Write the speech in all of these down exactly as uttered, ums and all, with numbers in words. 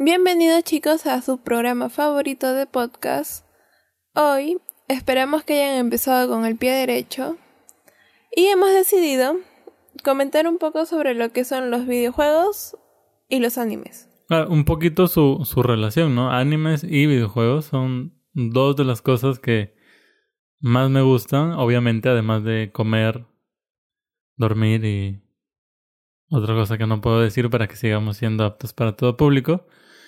Bienvenidos chicos a su programa favorito de podcast. Hoy esperamos que hayan empezado con el pie derecho y hemos decidido comentar un poco sobre lo que son los videojuegos y los animes. Ah, un poquito su, su relación, ¿no? Animes y videojuegos son dos de las cosas que más me gustan, obviamente, además de comer, dormir y otra cosa que no puedo decir para que sigamos siendo aptos para todo público.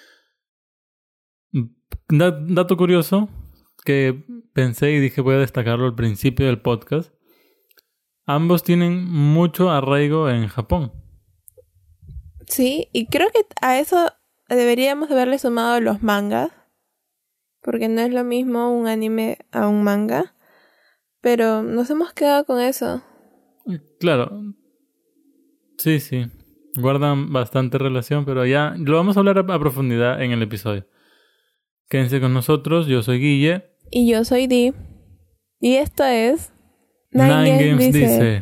Dato curioso que pensé y dije voy a destacarlo al principio del podcast. Ambos tienen mucho arraigo en Japón. Sí, y creo que a eso deberíamos haberle sumado los mangas, porque no es lo mismo un anime a un manga, pero nos hemos quedado con eso. Claro, sí, sí, guardan bastante relación, pero ya lo vamos a hablar a, a profundidad en el episodio. Quédense con nosotros, yo soy Guille. Y yo soy Di. Y esto es... Nine, Nine Games, Games dice. dice.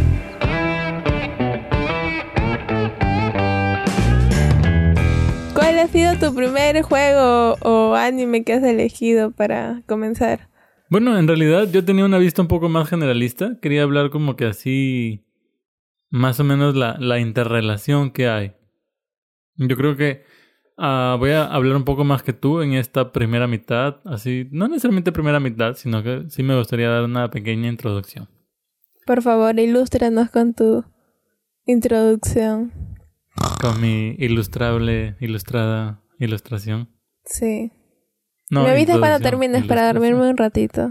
¿Cuál ha sido tu primer juego o anime que has elegido para comenzar? Bueno, en realidad yo tenía una vista un poco más generalista. Quería hablar como que así... Más o menos la, la interrelación que hay. Yo creo que... Uh, voy a hablar un poco más que tú en esta primera mitad, así, no necesariamente primera mitad, sino que sí me gustaría dar una pequeña introducción. Por favor, ilústranos con tu introducción. Con mi ilustrable, ilustrada ilustración. Sí. No, me avisas cuando termines para dormirme un ratito.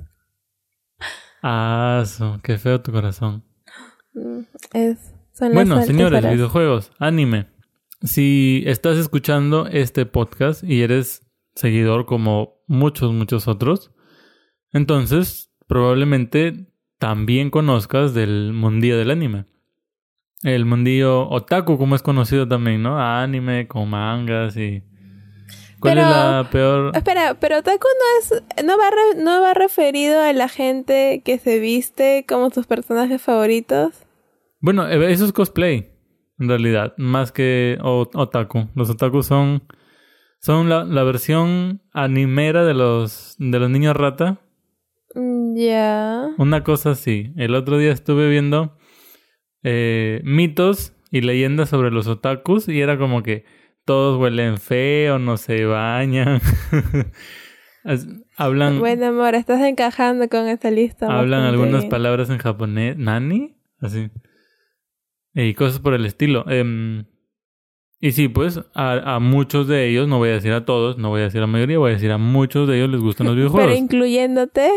Ah, eso, qué feo tu corazón. Es, son bueno, las señores, horas. videojuegos, anime. Si estás escuchando este podcast y eres seguidor como muchos, muchos otros, entonces probablemente también conozcas del mundillo del anime. El mundillo otaku, como es conocido también, ¿no? Anime, con mangas y... ¿Cuál pero, es la peor...? Espera, pero otaku no es... No va, re, no va referido a la gente que se viste como sus personajes favoritos. Bueno, eso es cosplay. En realidad, más que o- otaku. Los otaku son son la, la versión animera de los de los niños rata. Ya. Yeah. Una cosa así. El otro día estuve viendo eh, mitos y leyendas sobre los otakus y era como que todos huelen feo, no se bañan. Hablan... Bueno, amor, estás encajando con esta lista. Hablan algunas bien. palabras en japonés. ¿Nani? Así. Y cosas por el estilo. Um, y sí, pues, a, a muchos de ellos, no voy a decir a todos, no voy a decir a la mayoría, voy a decir a muchos de ellos les gustan los videojuegos. ¿Pero incluyéndote?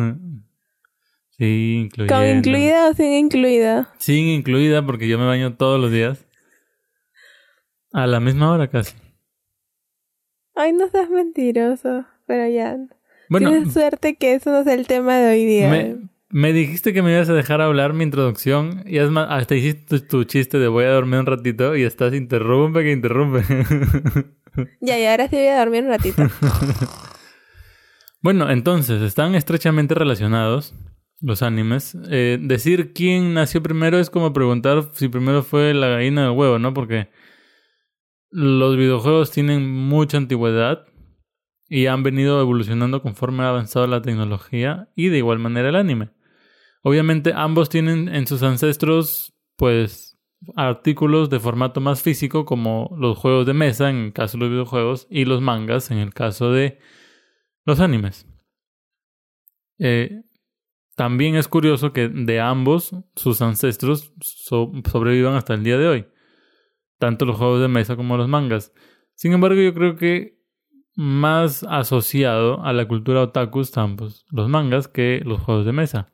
Sí, incluyendo. ¿Con incluida o sin incluida? Sin incluida, porque yo me baño todos los días. A la misma hora casi. Ay, no seas mentiroso, pero ya. Bueno, tienes suerte que eso no es el tema de hoy día. Me... Me dijiste que me ibas a dejar hablar mi introducción y es más, hasta hiciste tu, tu chiste de voy a dormir un ratito y estás interrumpe que interrumpe. Ya, y ahora sí voy a dormir un ratito. Bueno, entonces, están estrechamente relacionados los animes. Eh, decir quién nació primero es como preguntar si primero fue la gallina o el huevo, ¿no? Porque los videojuegos tienen mucha antigüedad y han venido evolucionando conforme ha avanzado la tecnología y de igual manera el anime. Obviamente ambos tienen en sus ancestros, pues, artículos de formato más físico como los juegos de mesa en el caso de los videojuegos y los mangas en el caso de los animes. Eh, también es curioso que de ambos sus ancestros so- sobrevivan hasta el día de hoy. Tanto los juegos de mesa como los mangas. Sin embargo, yo creo que más asociado a la cultura otaku están pues, los mangas que los juegos de mesa.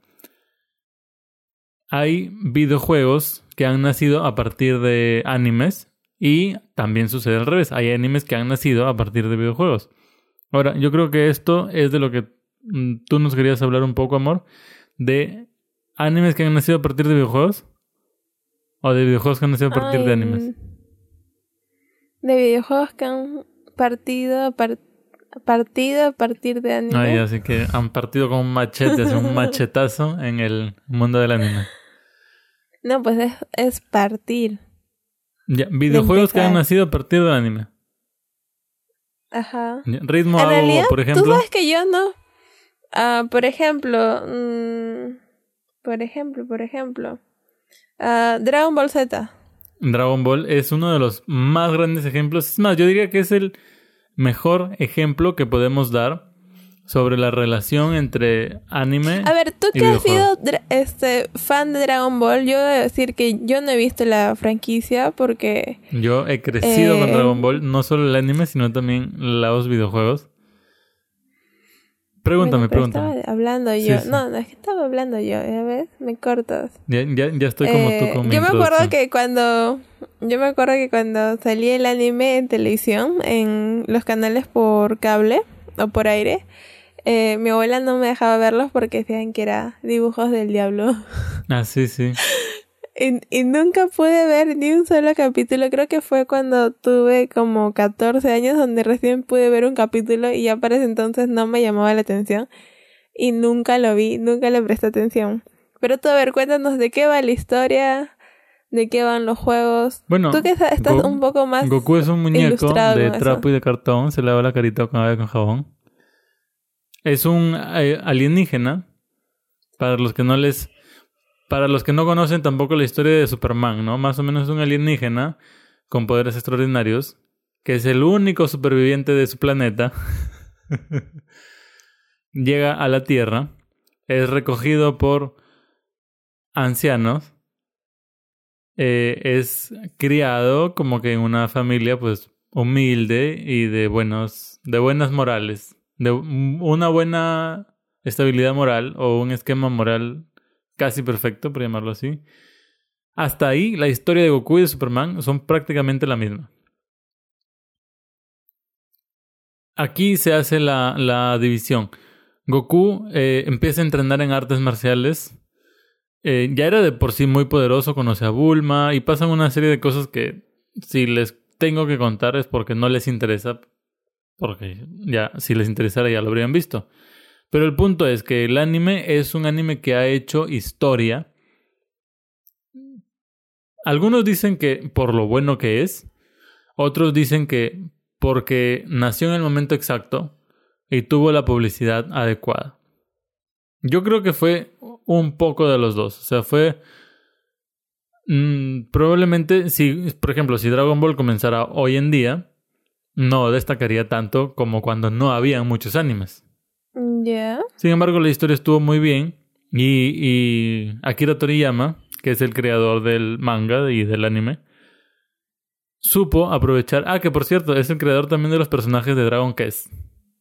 Hay videojuegos que han nacido a partir de animes y también sucede al revés. Hay animes que han nacido a partir de videojuegos. Ahora, yo creo que esto es de lo que mm, tú nos querías hablar un poco, amor, de animes que han nacido a partir de videojuegos o de videojuegos que han nacido a partir Ay, de animes. De videojuegos que han partido a, par- partido a partir de anime. Ay, así que han partido con un machete, así un machetazo en el mundo del anime. No, pues es, es partir. Ya, videojuegos que han nacido a partir del anime. Ajá. Ritmo En Ago, realidad, por ejemplo. tú sabes que yo no... Ah, por ejemplo... mmm, por ejemplo, por ejemplo... ah, Dragon Ball Z. Dragon Ball es uno de los más grandes ejemplos. Es más, yo diría que es el mejor ejemplo que podemos dar sobre la relación entre anime A ver, tú y que has videojuegos. sido dra- este, fan de Dragon Ball, yo debo decir que yo no he visto la franquicia porque... Yo he crecido eh, con Dragon Ball, no solo el anime, sino también los videojuegos. Pregúntame, bueno, pero pregúntame. estaba hablando Sí, yo. sí. No, no, es que estaba hablando yo, ¿ya ves? Me cortas. Ya, ya, ya estoy como tú Eh, con mi yo me acuerdo introducción. que cuando... Yo me acuerdo que cuando salía el anime en televisión, en los canales por cable o por aire, eh, mi abuela no me dejaba verlos porque decían que era dibujos del diablo. Ah, sí, sí. Y, y nunca pude ver ni un solo capítulo. Creo que fue cuando tuve como catorce años donde recién pude ver un capítulo y ya para ese entonces no me llamaba la atención. Y nunca lo vi, nunca le presté atención. Pero tú, a ver, cuéntanos de qué va la historia, de qué van los juegos. Bueno, tú que sa- estás Go- un poco más Goku es un muñeco ilustrado de con trapo eso. y de cartón. Se lava la carita con agua con jabón. Es un eh, alienígena. Para los que no les... Para los que no conocen tampoco la historia de Superman, ¿no? Más o menos es un alienígena con poderes extraordinarios, que es el único superviviente de su planeta. Llega a la Tierra, es recogido por ancianos, eh, es criado como que en una familia pues humilde y de buenos, de buenas morales, de una buena estabilidad moral o un esquema moral casi perfecto, por llamarlo así. Hasta ahí, la historia de Goku y de Superman son prácticamente la misma. Aquí se hace la, la división. Goku eh, empieza a entrenar en artes marciales. Eh, ya era de por sí muy poderoso, conoce a Bulma y pasan una serie de cosas que si les tengo que contar es porque no les interesa, porque ya si les interesara ya lo habrían visto. Pero el punto es que el anime es un anime que ha hecho historia. Algunos dicen que por lo bueno que es. Otros dicen que porque nació en el momento exacto y tuvo la publicidad adecuada. Yo creo que fue un poco de los dos. O sea, fue... Mmm, probablemente, si, por ejemplo, si Dragon Ball comenzara hoy en día, no destacaría tanto como cuando no había muchos animes. Ya. Yeah. Sin embargo, la historia estuvo muy bien y, y Akira Toriyama, que es el creador del manga y del anime, supo aprovechar... Ah, que por cierto, es el creador también de los personajes de Dragon Quest.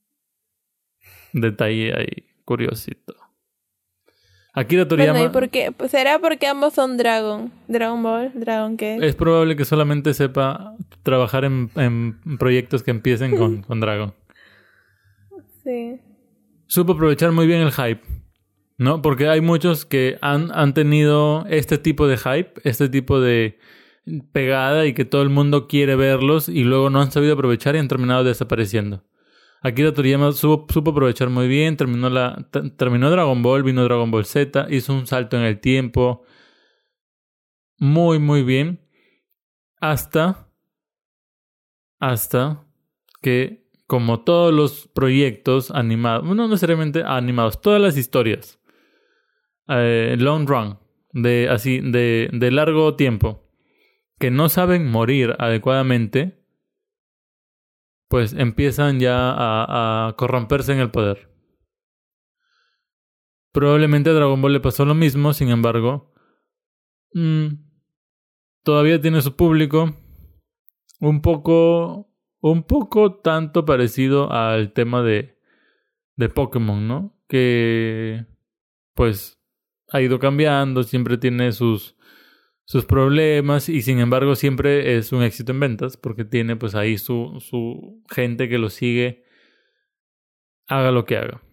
Detalle ahí, curiosito. Akira Toriyama... Bueno, ¿y por qué? Pues será porque ambos son Dragon. Dragon Ball, Dragon qué. Es probable que solamente sepa trabajar en, en proyectos que empiecen con, con Dragon. Sí. Supo aprovechar muy bien el hype, ¿no? Porque hay muchos que han, han tenido este tipo de hype, este tipo de pegada y que todo el mundo quiere verlos y luego no han sabido aprovechar y han terminado desapareciendo. Akira Toriyama supo, supo aprovechar muy bien, terminó, la, t- terminó Dragon Ball, vino Dragon Ball Z, hizo un salto en el tiempo muy muy bien hasta hasta que, como todos los proyectos animados, no necesariamente animados, todas las historias, eh, long run, de así, de, de largo tiempo, que no saben morir adecuadamente, pues empiezan ya a, a corromperse en el poder. Probablemente a Dragon Ball le pasó lo mismo, sin embargo, mmm, todavía tiene su público, un poco... Un poco tanto parecido al tema de, de Pokémon, ¿no? Que pues ha ido cambiando, siempre tiene sus, sus problemas y sin embargo siempre es un éxito en ventas porque tiene pues ahí su, su gente que lo sigue, haga lo que haga.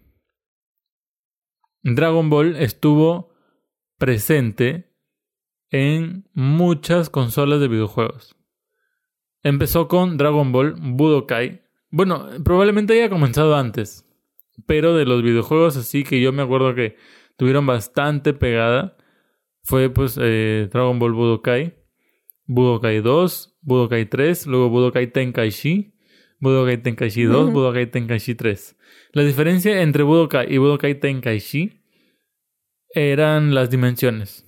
Dragon Ball estuvo presente en muchas consolas de videojuegos. Empezó con Dragon Ball Budokai. Bueno, probablemente haya comenzado antes, pero de los videojuegos así que yo me acuerdo que tuvieron bastante pegada fue pues eh, Dragon Ball Budokai, Budokai dos, Budokai tres, luego Budokai Tenkaichi, Budokai Tenkaichi dos, Ujú. Budokai Tenkaichi tres. La diferencia entre Budokai y Budokai Tenkaichi eran las dimensiones.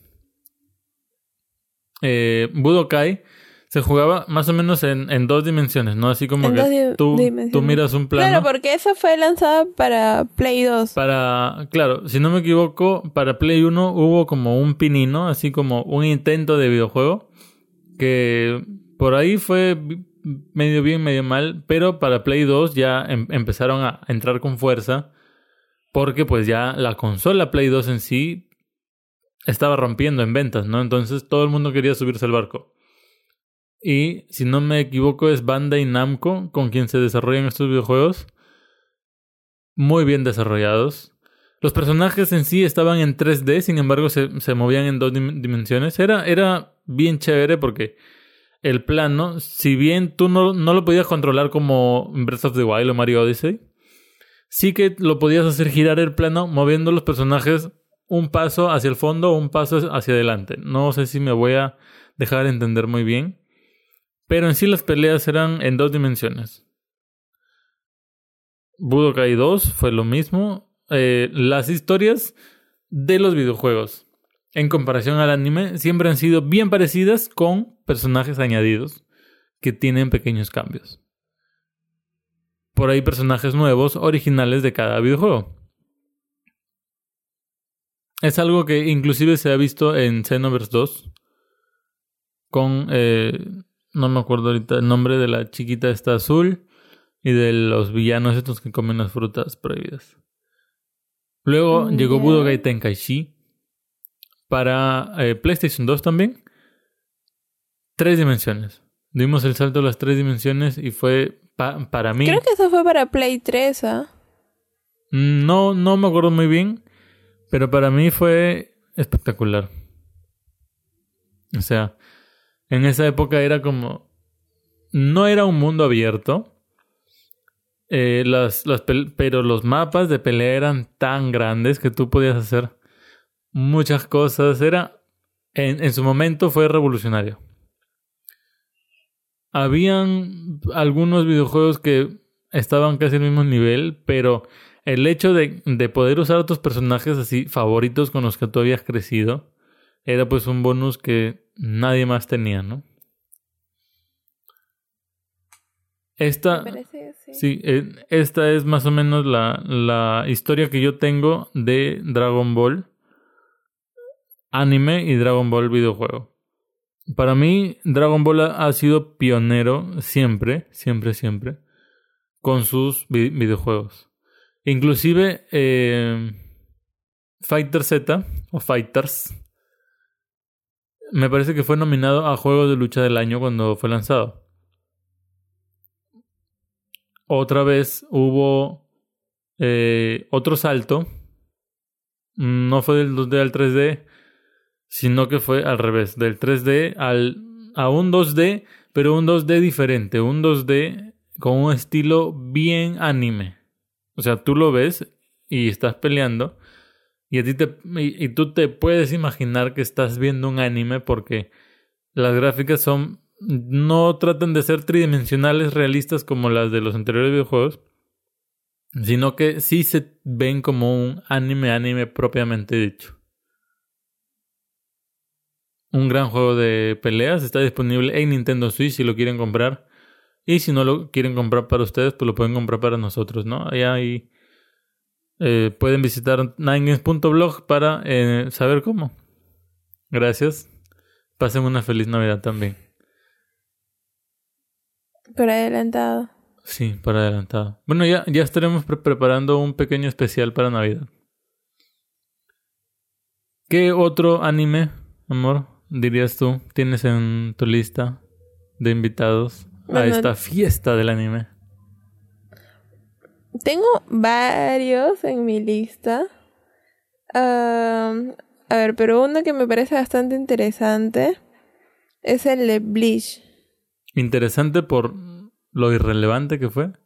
Eh, Budokai se jugaba más o menos en, en dos dimensiones, ¿no? Así como En que dos di- tú, tú dimensiones. miras un plano. Claro, porque esa fue lanzada para Play dos. Para, claro, si no me equivoco, para Play uno hubo como un pinino, así como un intento de videojuego, que por ahí fue bi- medio bien, medio mal, pero para Play dos ya em- empezaron a entrar con fuerza, porque pues ya la consola Play dos en sí estaba rompiendo en ventas, ¿no? Entonces todo el mundo quería subirse al barco. Y si no me equivoco es Bandai Namco con quien se desarrollan estos videojuegos. Muy bien desarrollados. Los personajes en sí estaban en tres D, sin embargo se, se movían en dos dim- dimensiones. Era, era bien chévere porque el plano, si bien tú no, no lo podías controlar como Breath of the Wild o Mario Odyssey, sí que lo podías hacer girar el plano moviendo los personajes un paso hacia el fondo o un paso hacia adelante. No sé si me voy a dejar entender muy bien, pero en sí las peleas eran en dos dimensiones. Budokai dos fue lo mismo. Eh, las historias de los videojuegos en comparación al anime siempre han sido bien parecidas con personajes añadidos que tienen pequeños cambios. Por ahí personajes nuevos, originales de cada videojuego. Es algo que inclusive se ha visto en Xenoverse dos con, eh, no me acuerdo ahorita el nombre de la chiquita esta azul y de los villanos estos que comen las frutas prohibidas. Luego Mm, llegó ya. Budokai Tenkaichi para eh, PlayStation dos también. Tres dimensiones. Dimos el salto a las tres dimensiones y fue pa- para mí... Creo que eso fue para Play tres, ¿ah? No, no me acuerdo muy bien, pero para mí fue espectacular. O sea, en esa época era como... No era un mundo abierto, eh, las, las pel- pero los mapas de pelea eran tan grandes que tú podías hacer muchas cosas. Era, en, en su momento fue revolucionario. Habían algunos videojuegos que estaban casi al mismo nivel, pero el hecho de, de poder usar a tus personajes así favoritos con los que tú habías crecido era pues un bonus que nadie más tenía, ¿no? Esta, Me parece que sí. sí, eh, esta es más o menos la, la historia que yo tengo de Dragon Ball anime y Dragon Ball videojuego. Para mí, Dragon Ball ha, ha sido pionero siempre, siempre, siempre, con sus vi- videojuegos. Inclusive, eh, Fighter Z, o Fighters, me parece que fue nominado a Juego de Lucha del Año cuando fue lanzado. Otra vez hubo eh, otro salto. No fue del dos D al tres D, sino que fue al revés, del tres D al, a un dos D, pero un dos D diferente, un dos D con un estilo bien anime. O sea, tú lo ves y estás peleando y, a ti te, y, y tú te puedes imaginar que estás viendo un anime porque las gráficas son, no tratan de ser tridimensionales realistas como las de los anteriores videojuegos, sino que sí se ven como un anime anime propiamente dicho. Un gran juego de peleas. Está disponible en Nintendo Switch si lo quieren comprar. Y si no lo quieren comprar para ustedes, pues lo pueden comprar para nosotros, ¿no? Allá ahí eh, pueden visitar nine games punto blog para eh, saber cómo. Gracias. Pasen una feliz Navidad también. Por adelantado. Sí, para adelantado. Bueno, ya, ya estaremos pre- preparando un pequeño especial para Navidad. ¿Qué otro anime, amor, dirías tú, tienes en tu lista de invitados a Bueno, esta fiesta del anime? tengo varios en mi lista. Am, a ver, pero uno que me parece bastante interesante es el de Bleach. Interesante por lo irrelevante que fue.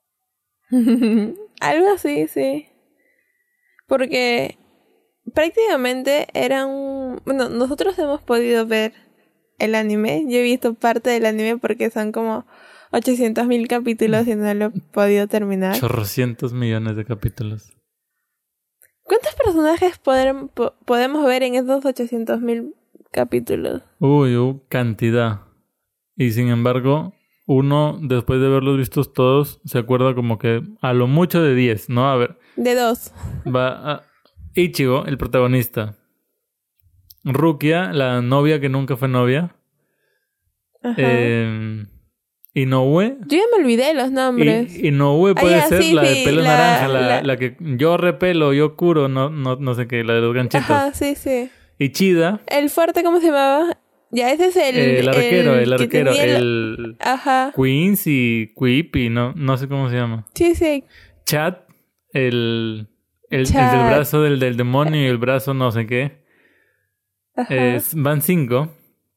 Algo así, sí. Porque prácticamente era un... Bueno, nosotros hemos podido ver el anime. Yo he visto parte del anime porque son como ochocientos mil capítulos y no lo he podido terminar. Chorrocientos millones de capítulos. ¿Cuántos personajes poder, po- podemos ver en esos ochocientos mil capítulos? Uy, uh, cantidad. Y sin embargo, uno, después de haberlos vistos todos, se acuerda como que a lo mucho de diez, ¿no? A ver. De dos. Va a Ichigo, el protagonista. Rukia, la novia que nunca fue novia. Ajá. Eh, Inoue. Yo ya me olvidé los nombres. I- Inoue Ah, puede ya, ser sí, la de sí, pelo la- naranja, la, la- la que yo repelo, yo curo, no, no, no sé qué, la de los ganchitos. Ajá, sí, sí. Ichida, ¿El fuerte cómo se llamaba? Ya, ese es el... el arquero, el, que arquero, tenía el Ajá. Queens y Quippy, no, no sé cómo se llama. Sí, sí. Chad, el, el, el Chad. del brazo del, del demonio y el brazo no sé qué. Ajá. Es, van cinco.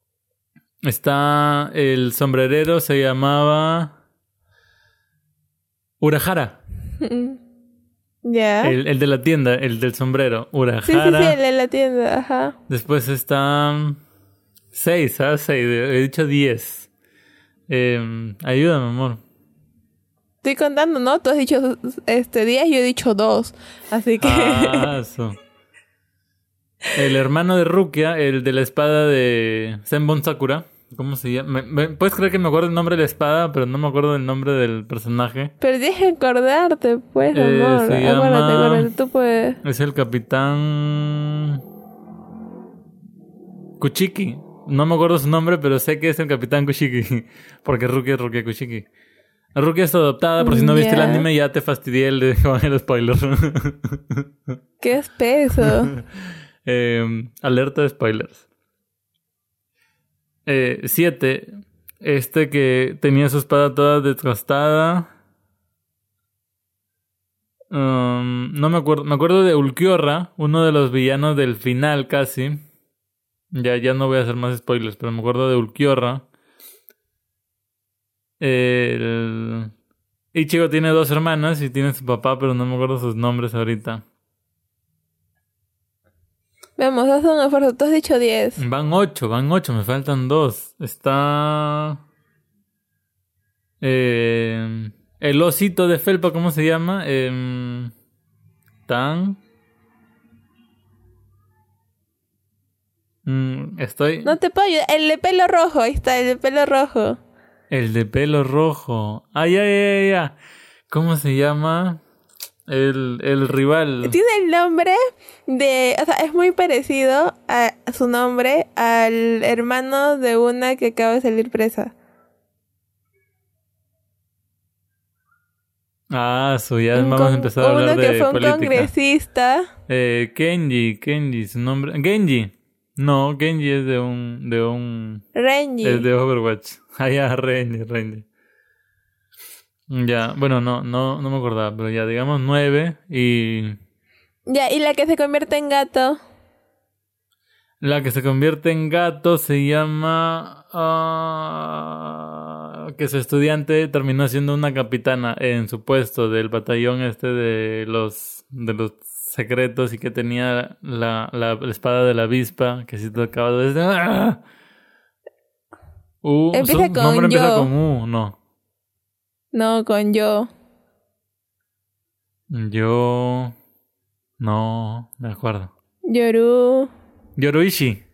Está el sombrerero, se llamaba Urahara. Ya. El, el de la tienda, el del sombrero. Urahara. Sí, sí, sí, el de la tienda. Ajá. Después están seis, ¿sabes? Seis. He dicho diez. Eh, ayúdame, amor. Estoy contando, ¿no? Tú has dicho este diez, yo he dicho dos. Así que... Ah, eso. El hermano de Rukia, el de la espada de Senbon Sakura. ¿Cómo se llama? Me- me- Puedes creer que me acuerdo el nombre de la espada, pero no me acuerdo del nombre del personaje. Pero tienes que acordarte, pues, Eh, amor. se Acuérdate, llama- acuérdate. Tú puedes... Es el capitán Kuchiki. No me acuerdo su nombre, pero sé que es el capitán Kuchiki. Porque Rukia es Rukia Kuchiki. Rukia es adoptada, por si no viste el Ya. anime, ya te fastidié el, de, el spoiler. ¡Qué espeso! Eh, alerta de spoilers. Eh, siete. Este que tenía su espada toda desgastada. Um, no me acuerdo. Me acuerdo de Ulquiorra, uno de los villanos del final casi. Ya, ya no voy a hacer más spoilers, pero me acuerdo de Ulquiorra. El... Ichigo tiene dos hermanas y tiene su papá, pero no me acuerdo sus nombres ahorita. Vamos, haz un esfuerzo. Tú has dicho diez. Van ocho, van ocho, me faltan dos. Está... Eh, el osito de felpa, ¿cómo se llama? Eh, Tan... Mm, estoy... No te puedo ayudar. El de pelo rojo. Ahí está, el de pelo rojo. El de pelo rojo. Ay, ay, ay, ay. ¿Cómo se llama? El, el rival. Tiene el nombre de... O sea, es muy parecido a su nombre al hermano de una que acaba de salir presa. Ah, su, ya Un vamos con- a empezar a hablar uno de que fue un política. congresista. Eh, Kenji, Kenji, su nombre... Genji. No, Genji es de un... de un... Renji. Es de Overwatch. Ah, ya, Renji, Renji. Ya, bueno, no, no, no me acordaba, pero ya, digamos nueve y... Ya, y la que se convierte en gato. La que se convierte en gato se llama... ah, que su estudiante terminó siendo una capitana en su puesto del batallón este de los... de los secretos y que tenía la, la, la espada de la avispa, que si te acaba de... ¡Ah! U, Empieza su con nombre empieza yo. con U, no. No, con yo. Yo... No, me acuerdo. Yoru. Yoruishi.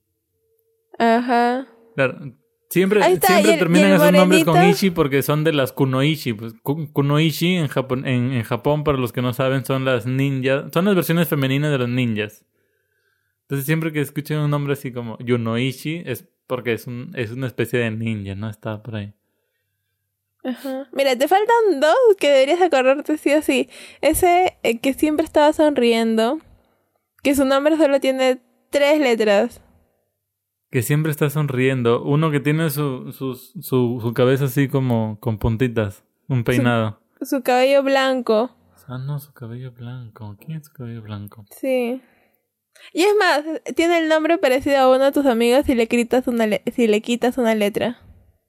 Ajá. Claro. Siempre, Ahí está, siempre y el- terminan y el esos nombres con morenito. Ishi porque son de las Kunoishi. Pues, ku- Kunoishi en Japón, en, en Japón, para los que no saben, son las ninjas. Son las versiones femeninas de los ninjas. Entonces siempre que escuchen un nombre así como Yunoishi es porque es, un, es una especie de ninja, ¿no? Está por ahí. Ajá. Mira, te faltan dos que deberías acordarte sí o sí. Ese eh, que siempre estaba sonriendo. Que su nombre solo tiene tres letras. Que siempre está sonriendo. Uno que tiene su, su, su, su cabeza así como con puntitas. Un peinado. Su cabello blanco. Ah, no, su cabello blanco. ¿Quién es su cabello blanco? Sí. Y es más, tiene el nombre parecido a uno de tus amigos si le quitas una, le- si le quitas una letra.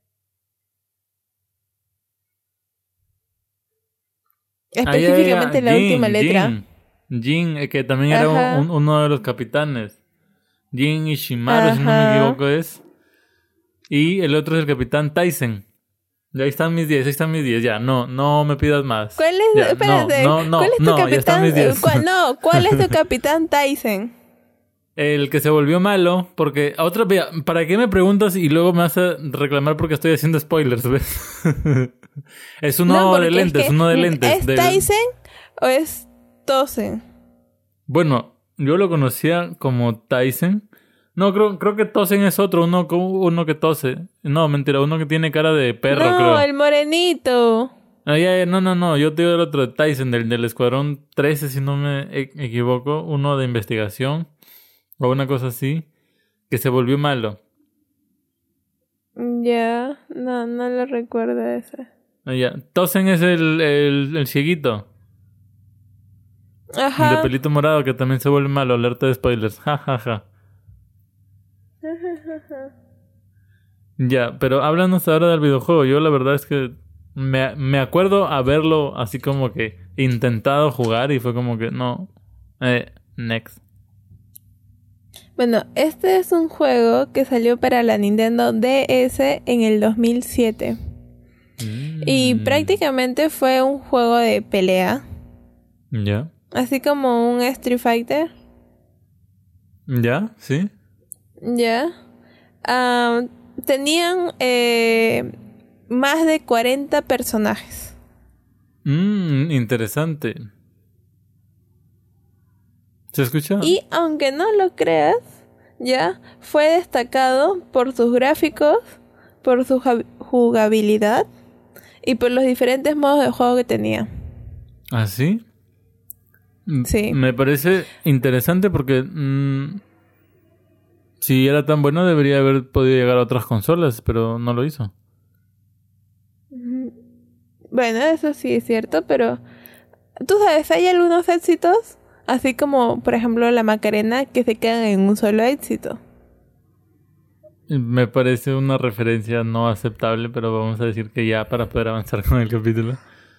Específicamente Ah, ya, ya, ya. la Jin, última letra. Jin, Jin, eh, que también era Ajá. un- uno de los capitanes. Jin Ishimaru, si no me Ajá. equivoco, es. Y el otro es el capitán Tyson. Ya ahí están mis diez, ahí están mis diez, ya, no, no me pidas más. ¿Cuál es, ya, espérate, no, no, ¿cuál es tu no, ya están capitán? mis diez. ¿Cuál, no, ¿cuál es tu capitán Tyson? El que se volvió malo, porque a otra, vea, ¿para qué me preguntas y luego me vas a reclamar porque estoy haciendo spoilers, ves? Es uno No, de porque lentes, es que uno de lentes. ¿Es del- Tyson o es Tosen? Bueno, yo lo conocía como Tyson. No, creo, creo que Tosen es otro, uno, co- uno que tose. No, mentira, uno que tiene cara de perro, no, creo. el morenito. Ah, ya, ya, no, no, no, yo te digo el otro de Tyson, del, del Escuadrón trece, si no me e- equivoco, uno de investigación o una cosa así, que se volvió malo. Ya, no, no lo recuerdo ese. Ah, ya. Tosen es el, el, el cieguito, el de Ajá. pelito morado, que también se vuelve malo, alerta de spoilers, ja, ja, ja. Ya, pero háblanos ahora del videojuego. Yo la verdad es que me, me acuerdo haberlo así como que intentado jugar y fue como que no, eh, next. Bueno, este es un juego que salió para la Nintendo D S en el dos mil siete. Mm. Y prácticamente fue un juego de pelea. Ya. Así como un Street Fighter. ¿Ya? ¿Sí? Ya. Ah, tenían eh, más de cuarenta personajes. Mmm, interesante. ¿Se escucha? Y aunque no lo creas, ya fue destacado por sus gráficos, por su ja- jugabilidad y por los diferentes modos de juego que tenía. ¿Ah, sí? M- Sí. Me parece interesante porque mm, si era tan bueno debería haber podido llegar a otras consolas, pero no lo hizo. Bueno, eso sí es cierto, pero tú sabes, hay algunos éxitos, así como por ejemplo la Macarena, que se quedan en un solo éxito. Me parece una referencia no aceptable, pero vamos a decir que ya para poder avanzar con el capítulo.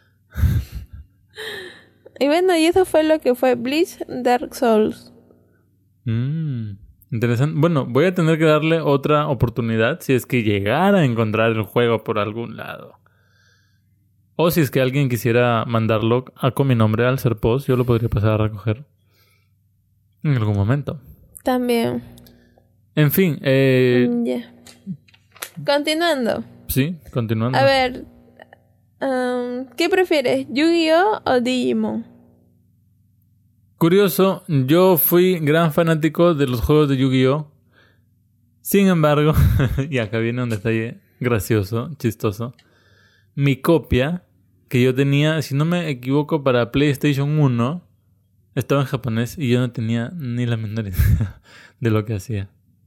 Y bueno, y eso fue lo que fue Bleach Dark Souls. Mm, interesante. Bueno, voy a tener que darle otra oportunidad si es que llegara a encontrar el juego por algún lado. O si es que alguien quisiera mandarlo a, con mi nombre al Serpost, yo lo podría pasar a recoger en algún momento. También. En fin, eh, Mm, Ya. Continuando. sí, continuando. A ver, um, ¿qué prefieres? ¿Yu-Gi-Oh o Digimon? Curioso, yo fui gran fanático de los juegos de Yu-Gi-Oh! Sin embargo, y acá viene un detalle gracioso, chistoso. Mi copia, que yo tenía, si no me equivoco, para PlayStation uno, estaba en japonés y yo no tenía ni la menor idea de lo que hacía.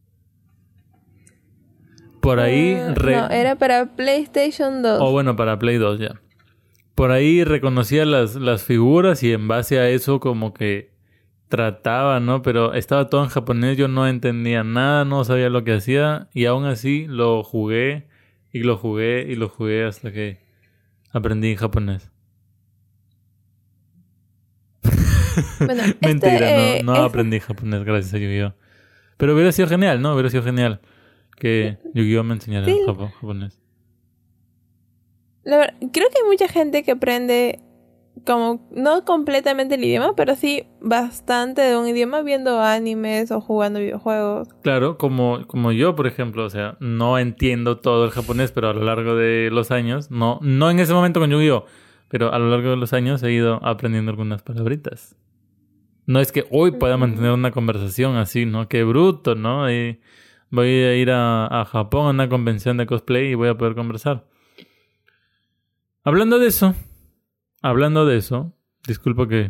Por ahí... Ah, re- No, era para PlayStation dos. O bueno, para Play dos ya. Por ahí reconocía las, las figuras y en base a eso como que trataba, ¿no? Pero estaba todo en japonés, yo no entendía nada, no sabía lo que hacía y aún así lo jugué y lo jugué y lo jugué hasta que aprendí japonés. Bueno, este, Mentira, eh, no, no es- aprendí japonés gracias a Yu-Gi-Oh! Pero hubiera sido genial, ¿no? Hubiera sido genial que Yu-Gi-Oh! Me enseñara Sí. japo- japonés. La ver- creo que hay mucha gente que aprende como no completamente el idioma, pero sí bastante de un idioma viendo animes o jugando videojuegos. Claro, como, como yo, por ejemplo, o sea, no entiendo todo el japonés, pero a lo largo de los años, no, no en ese momento con Yu-Gi-Oh!, pero a lo largo de los años he ido aprendiendo algunas palabritas. No es que hoy pueda mantener una conversación así, ¿no? Qué bruto, ¿no? Y voy a ir a, a Japón a una convención de cosplay y voy a poder conversar. Hablando de eso, hablando de eso, disculpa que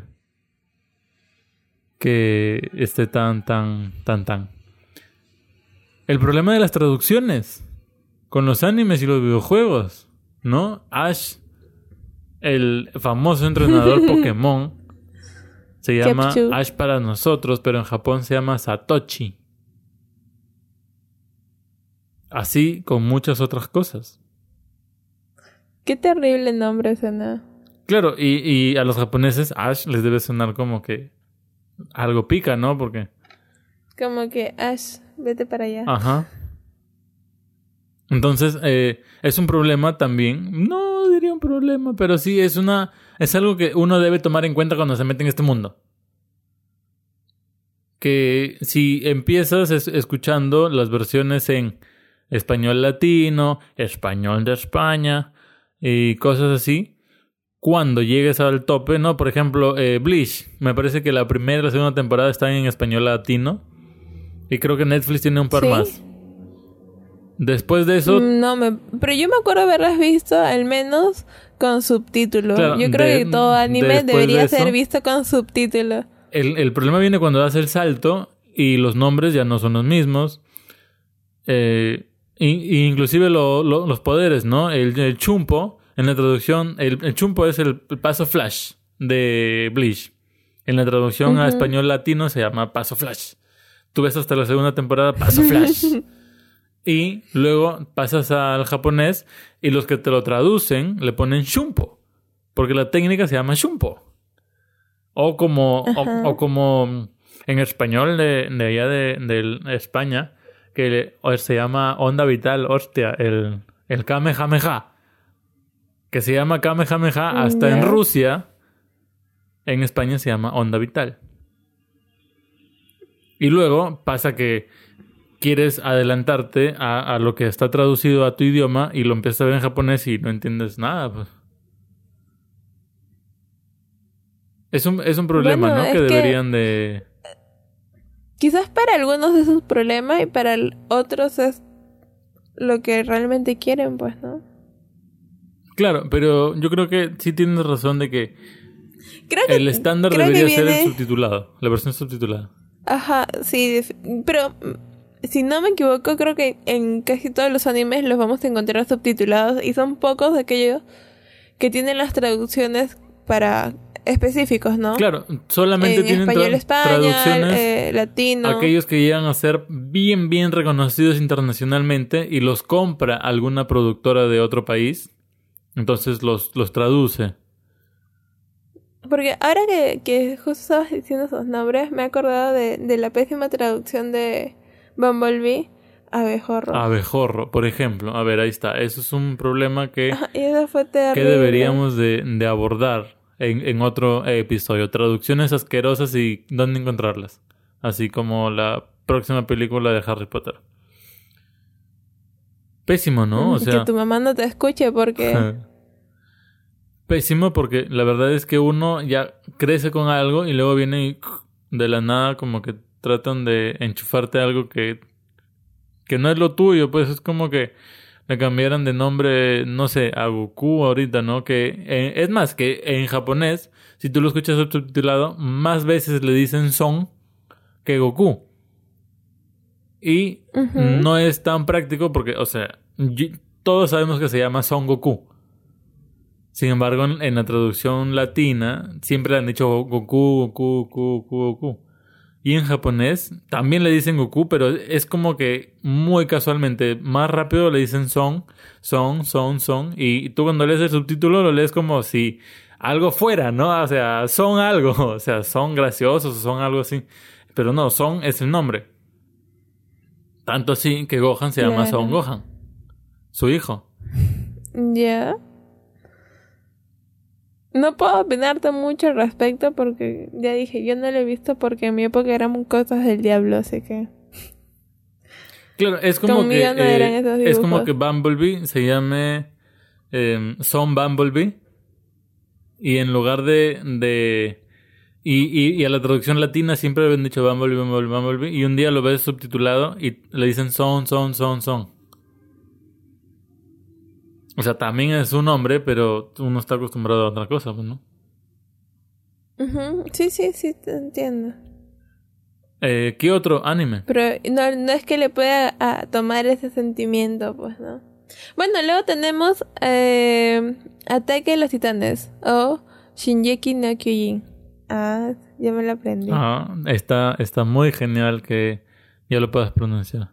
que esté tan, tan, tan, tan. El problema de las traducciones con los animes y los videojuegos, ¿no? Ash, el famoso entrenador Pokémon, se llama Kepchu. Ash para nosotros, pero en Japón se llama Satoshi. Así con muchas otras cosas. Qué terrible nombre suena. Claro, y, y a los japoneses Ash les debe sonar como que algo pica, ¿no? Porque... Como que Ash, vete para allá. Ajá. Entonces, eh, es un problema también. No diría un problema, pero sí es una es algo que uno debe tomar en cuenta cuando se mete en este mundo. Que si empiezas es, escuchando las versiones en español latino, español de España y cosas así, cuando llegues al tope, ¿no? Por ejemplo, eh, Bleach, me parece que la primera y la segunda temporada están en español latino y creo que Netflix tiene un par ¿Sí? más. Después de eso... No, me, pero yo me acuerdo haberlas visto al menos con subtítulos. Claro, yo creo de- que todo anime después debería de eso- ser visto con subtítulos. El, el problema viene cuando das el salto y los nombres ya no son los mismos. Eh, y, y inclusive lo- lo- los poderes, ¿no? El, el chumpo, en la traducción, el, el chumpo es el, el paso flash de Bleach. En la traducción a Ujú. español latino se llama paso flash. Tú ves hasta la segunda temporada paso flash. Y luego pasas al japonés y los que te lo traducen le ponen shumpo. Porque la técnica se llama shumpo. O como, Ajá. o, o como en español de, de allá de, de España, que le- o se llama onda vital, hostia, el, el Kamehameha. Que se llama Kamehameha hasta Ya. en Rusia. En España se llama onda vital. Y luego pasa que quieres adelantarte a, a lo que está traducido a tu idioma y lo empiezas a ver en japonés y no entiendes nada, pues. Es un, es un problema, Bueno, ¿no? es Que que- deberían de... Quizás para algunos es un problema y para el- otros es lo que realmente quieren, pues, ¿no? Claro, pero yo creo que sí tienes razón de que Creo que el estándar creo que debería ser el viene- subtitulado, la versión subtitulada. Ajá, sí, def- pero mm, si no me equivoco, creo que en casi todos los animes los vamos a encontrar subtitulados y son pocos de aquellos que tienen las traducciones para específicos, ¿no? Claro, solamente En tienen español tra- España, traducciones eh, latino. aquellos que llegan a ser bien, bien reconocidos internacionalmente y los compra alguna productora de otro país. Entonces los, los traduce. Porque ahora que, que justo estabas diciendo esos nombres, me he acordado de, de la pésima traducción de Bumblebee a Abejorro. Abejorro, por ejemplo. A ver, ahí está. Eso es un problema que, Ajá, y eso fue que terrible. deberíamos de, de abordar en, en otro episodio. Traducciones asquerosas y dónde encontrarlas. Así como la próxima película de Harry Potter. Pésimo, ¿no? O Mm, sea... que tu mamá no te escuche porque... Pésimo porque la verdad es que uno ya crece con algo y luego viene y de la nada como que tratan de enchufarte algo que, que no es lo tuyo. Pues es como que le cambiaran de nombre, no sé, a Goku ahorita, ¿no? Que eh, es más, que en japonés, si tú lo escuchas subtitulado, más veces le dicen Son que Goku. Y Ujú. no es tan práctico porque, o sea, yo- todos sabemos que se llama Son Goku. Sin embargo, en, en la traducción latina siempre le han dicho Goku, Goku, Goku, Goku, Goku. Y en japonés también le dicen Goku, pero es como que muy casualmente, más rápido le dicen Son, Son, Son, Son. Y tú cuando lees el subtítulo lo lees como si algo fuera, ¿no? O sea, son algo, o sea, son graciosos, son algo así. Pero no, Son es el nombre. Tanto así que Gohan se llama Claro. Son Gohan, su hijo. Ya. No puedo opinarte mucho al respecto porque ya dije, yo no lo he visto porque en mi época eran cosas del diablo, así que... Claro, es como Conmigo que no eran eh, esos es como dibujos. que Bumblebee se llame eh, Son Bumblebee y en lugar de de y, y, y a la traducción latina siempre habían dicho Bumblebee, Bumblebee, Bumblebee y un día lo ves subtitulado y le dicen Son, Son, Son, Son. O sea, también es un nombre, pero uno está acostumbrado a otra cosa, pues, ¿no? Ujú, sí, sí, sí, te entiendo. Eh, ¿qué otro anime? Pero no, no es que le pueda ah, tomar ese sentimiento, pues, ¿no? Bueno, luego tenemos eh, Ataque de los Titanes o Shingeki no Kyojin. Ah, ya me lo aprendí. Ah, está, está muy genial que ya lo puedas pronunciar.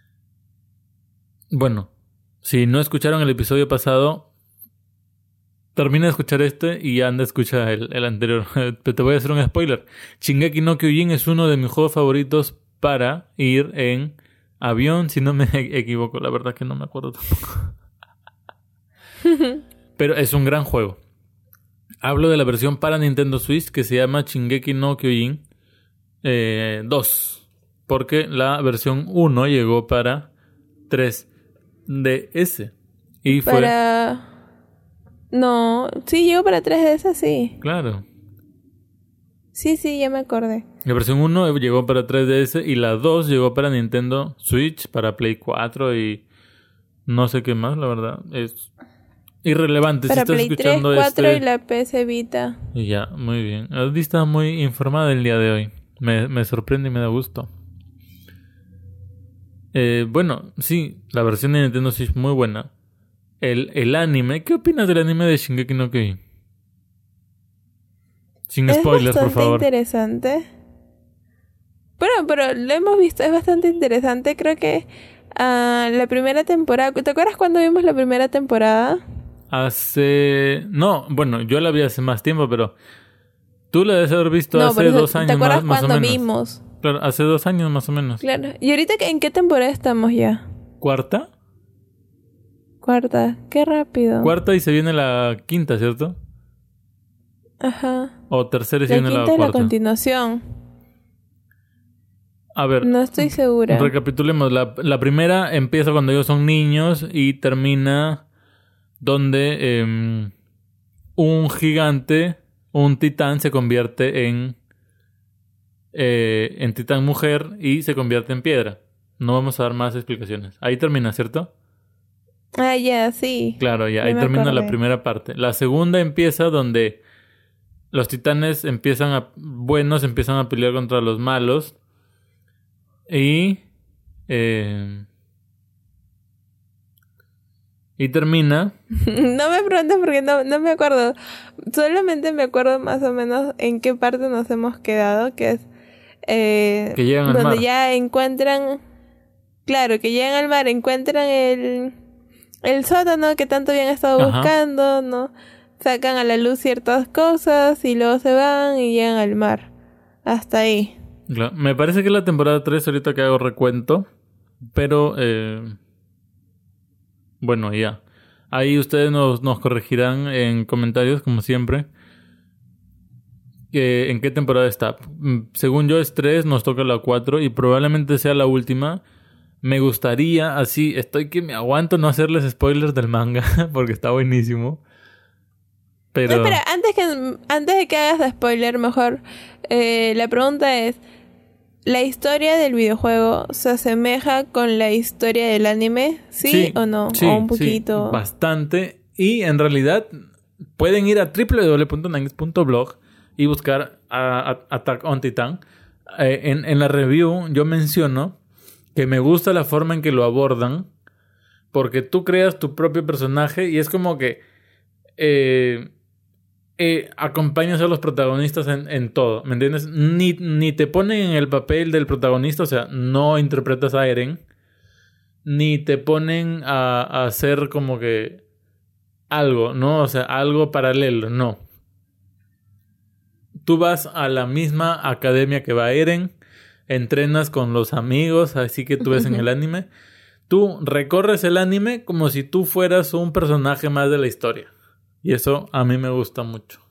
Bueno, si no escucharon el episodio pasado, termina de escuchar este y anda a escuchar el, el anterior. Te voy a hacer un spoiler. Shingeki no Kyojin es uno de mis juegos favoritos para ir en avión, si no me equivoco. La verdad que no me acuerdo tampoco. Pero es un gran juego. Hablo de la versión para Nintendo Switch que se llama Shingeki no Kyojin eh, dos. Porque la versión uno llegó para tres D S. Y fue... Para... No, sí, llegó para tres D S, sí. Claro. Sí, sí, ya me acordé. La versión uno llegó para tres D S y la dos llegó para Nintendo Switch, para Play cuatro y no sé qué más, la verdad. Es irrelevante. Para si estás Play escuchando tres, cuatro este... y la P S Vita. Y ya, muy bien. Adi está muy informada el día de hoy. Me, me sorprende y me da gusto. Eh, bueno, sí, la versión de Nintendo Switch muy buena. El, el anime, ¿qué opinas del anime de Shingeki no Kyojin? Sin spoilers, por favor. Es bastante interesante. Bueno, pero lo hemos visto, es bastante interesante. Creo que uh, la primera temporada... ¿Te acuerdas cuando vimos la primera temporada? Hace... No, bueno, yo la vi hace más tiempo, pero... Tú la debes haber visto no, hace eso, dos años ¿te acuerdas más, más cuando o menos. vimos? Claro, hace dos años más o menos. Claro. ¿Y ahorita en qué temporada estamos ya? ¿Cuarta? Cuarta. Qué rápido. Cuarta y se viene la quinta, ¿cierto? Ajá. O tercera y se la viene la quinta cuarta. es la continuación. A ver. No estoy segura. Recapitulemos. La, la primera empieza cuando ellos son niños y termina donde eh, un gigante, un titán, se convierte en eh, en titán mujer y se convierte en piedra. No vamos a dar más explicaciones. Ahí termina, ¿cierto? Ah, ya, yeah, sí. Claro, ya. Yo Ahí termina acordé. la primera parte. La segunda empieza donde los titanes empiezan a... buenos empiezan a pelear contra los malos. Y... Eh, y termina... No me preguntes porque no, no me acuerdo. Solamente me acuerdo más o menos en qué parte nos hemos quedado, que es... Eh, que llegan al donde mar. ya encuentran... Claro, que llegan al mar, encuentran el... el sótano que tanto habían estado Ajá. buscando, ¿no? Sacan a la luz ciertas cosas y luego se van y llegan al mar. Hasta ahí. Claro. Me parece que es la temporada tres ahorita que hago recuento. Pero... Eh, bueno, ya. Ahí ustedes nos, nos corregirán en comentarios, como siempre. Eh, ¿En qué temporada está? Según yo es tres, nos toca la cuatro y probablemente sea la última. Me gustaría, así, estoy que me aguanto no hacerles spoilers del manga, porque está buenísimo. Pero... No, espera, antes, que, antes de que hagas spoiler, mejor, eh, la pregunta es, ¿la historia del videojuego se asemeja con la historia del anime? ¿Sí, sí o no? Sí, o un poquito. Sí, bastante. Y en realidad pueden ir a doble u doble u doble u punto nangs punto blog y buscar a, a Attack on Titan. Eh, en, en la review yo menciono que me gusta la forma en que lo abordan, porque tú creas tu propio personaje y es como que eh, eh, acompañas a los protagonistas en, en todo, ¿me entiendes? Ni, ni te ponen en el papel del protagonista, o sea, no interpretas a Eren, ni te ponen a, a hacer como que algo, ¿no? O sea, algo paralelo, no. Tú vas a la misma academia que va Eren, entrenas con los amigos, así que tú ves en el anime. Tú recorres el anime como si tú fueras un personaje más de la historia. Y eso a mí me gusta mucho.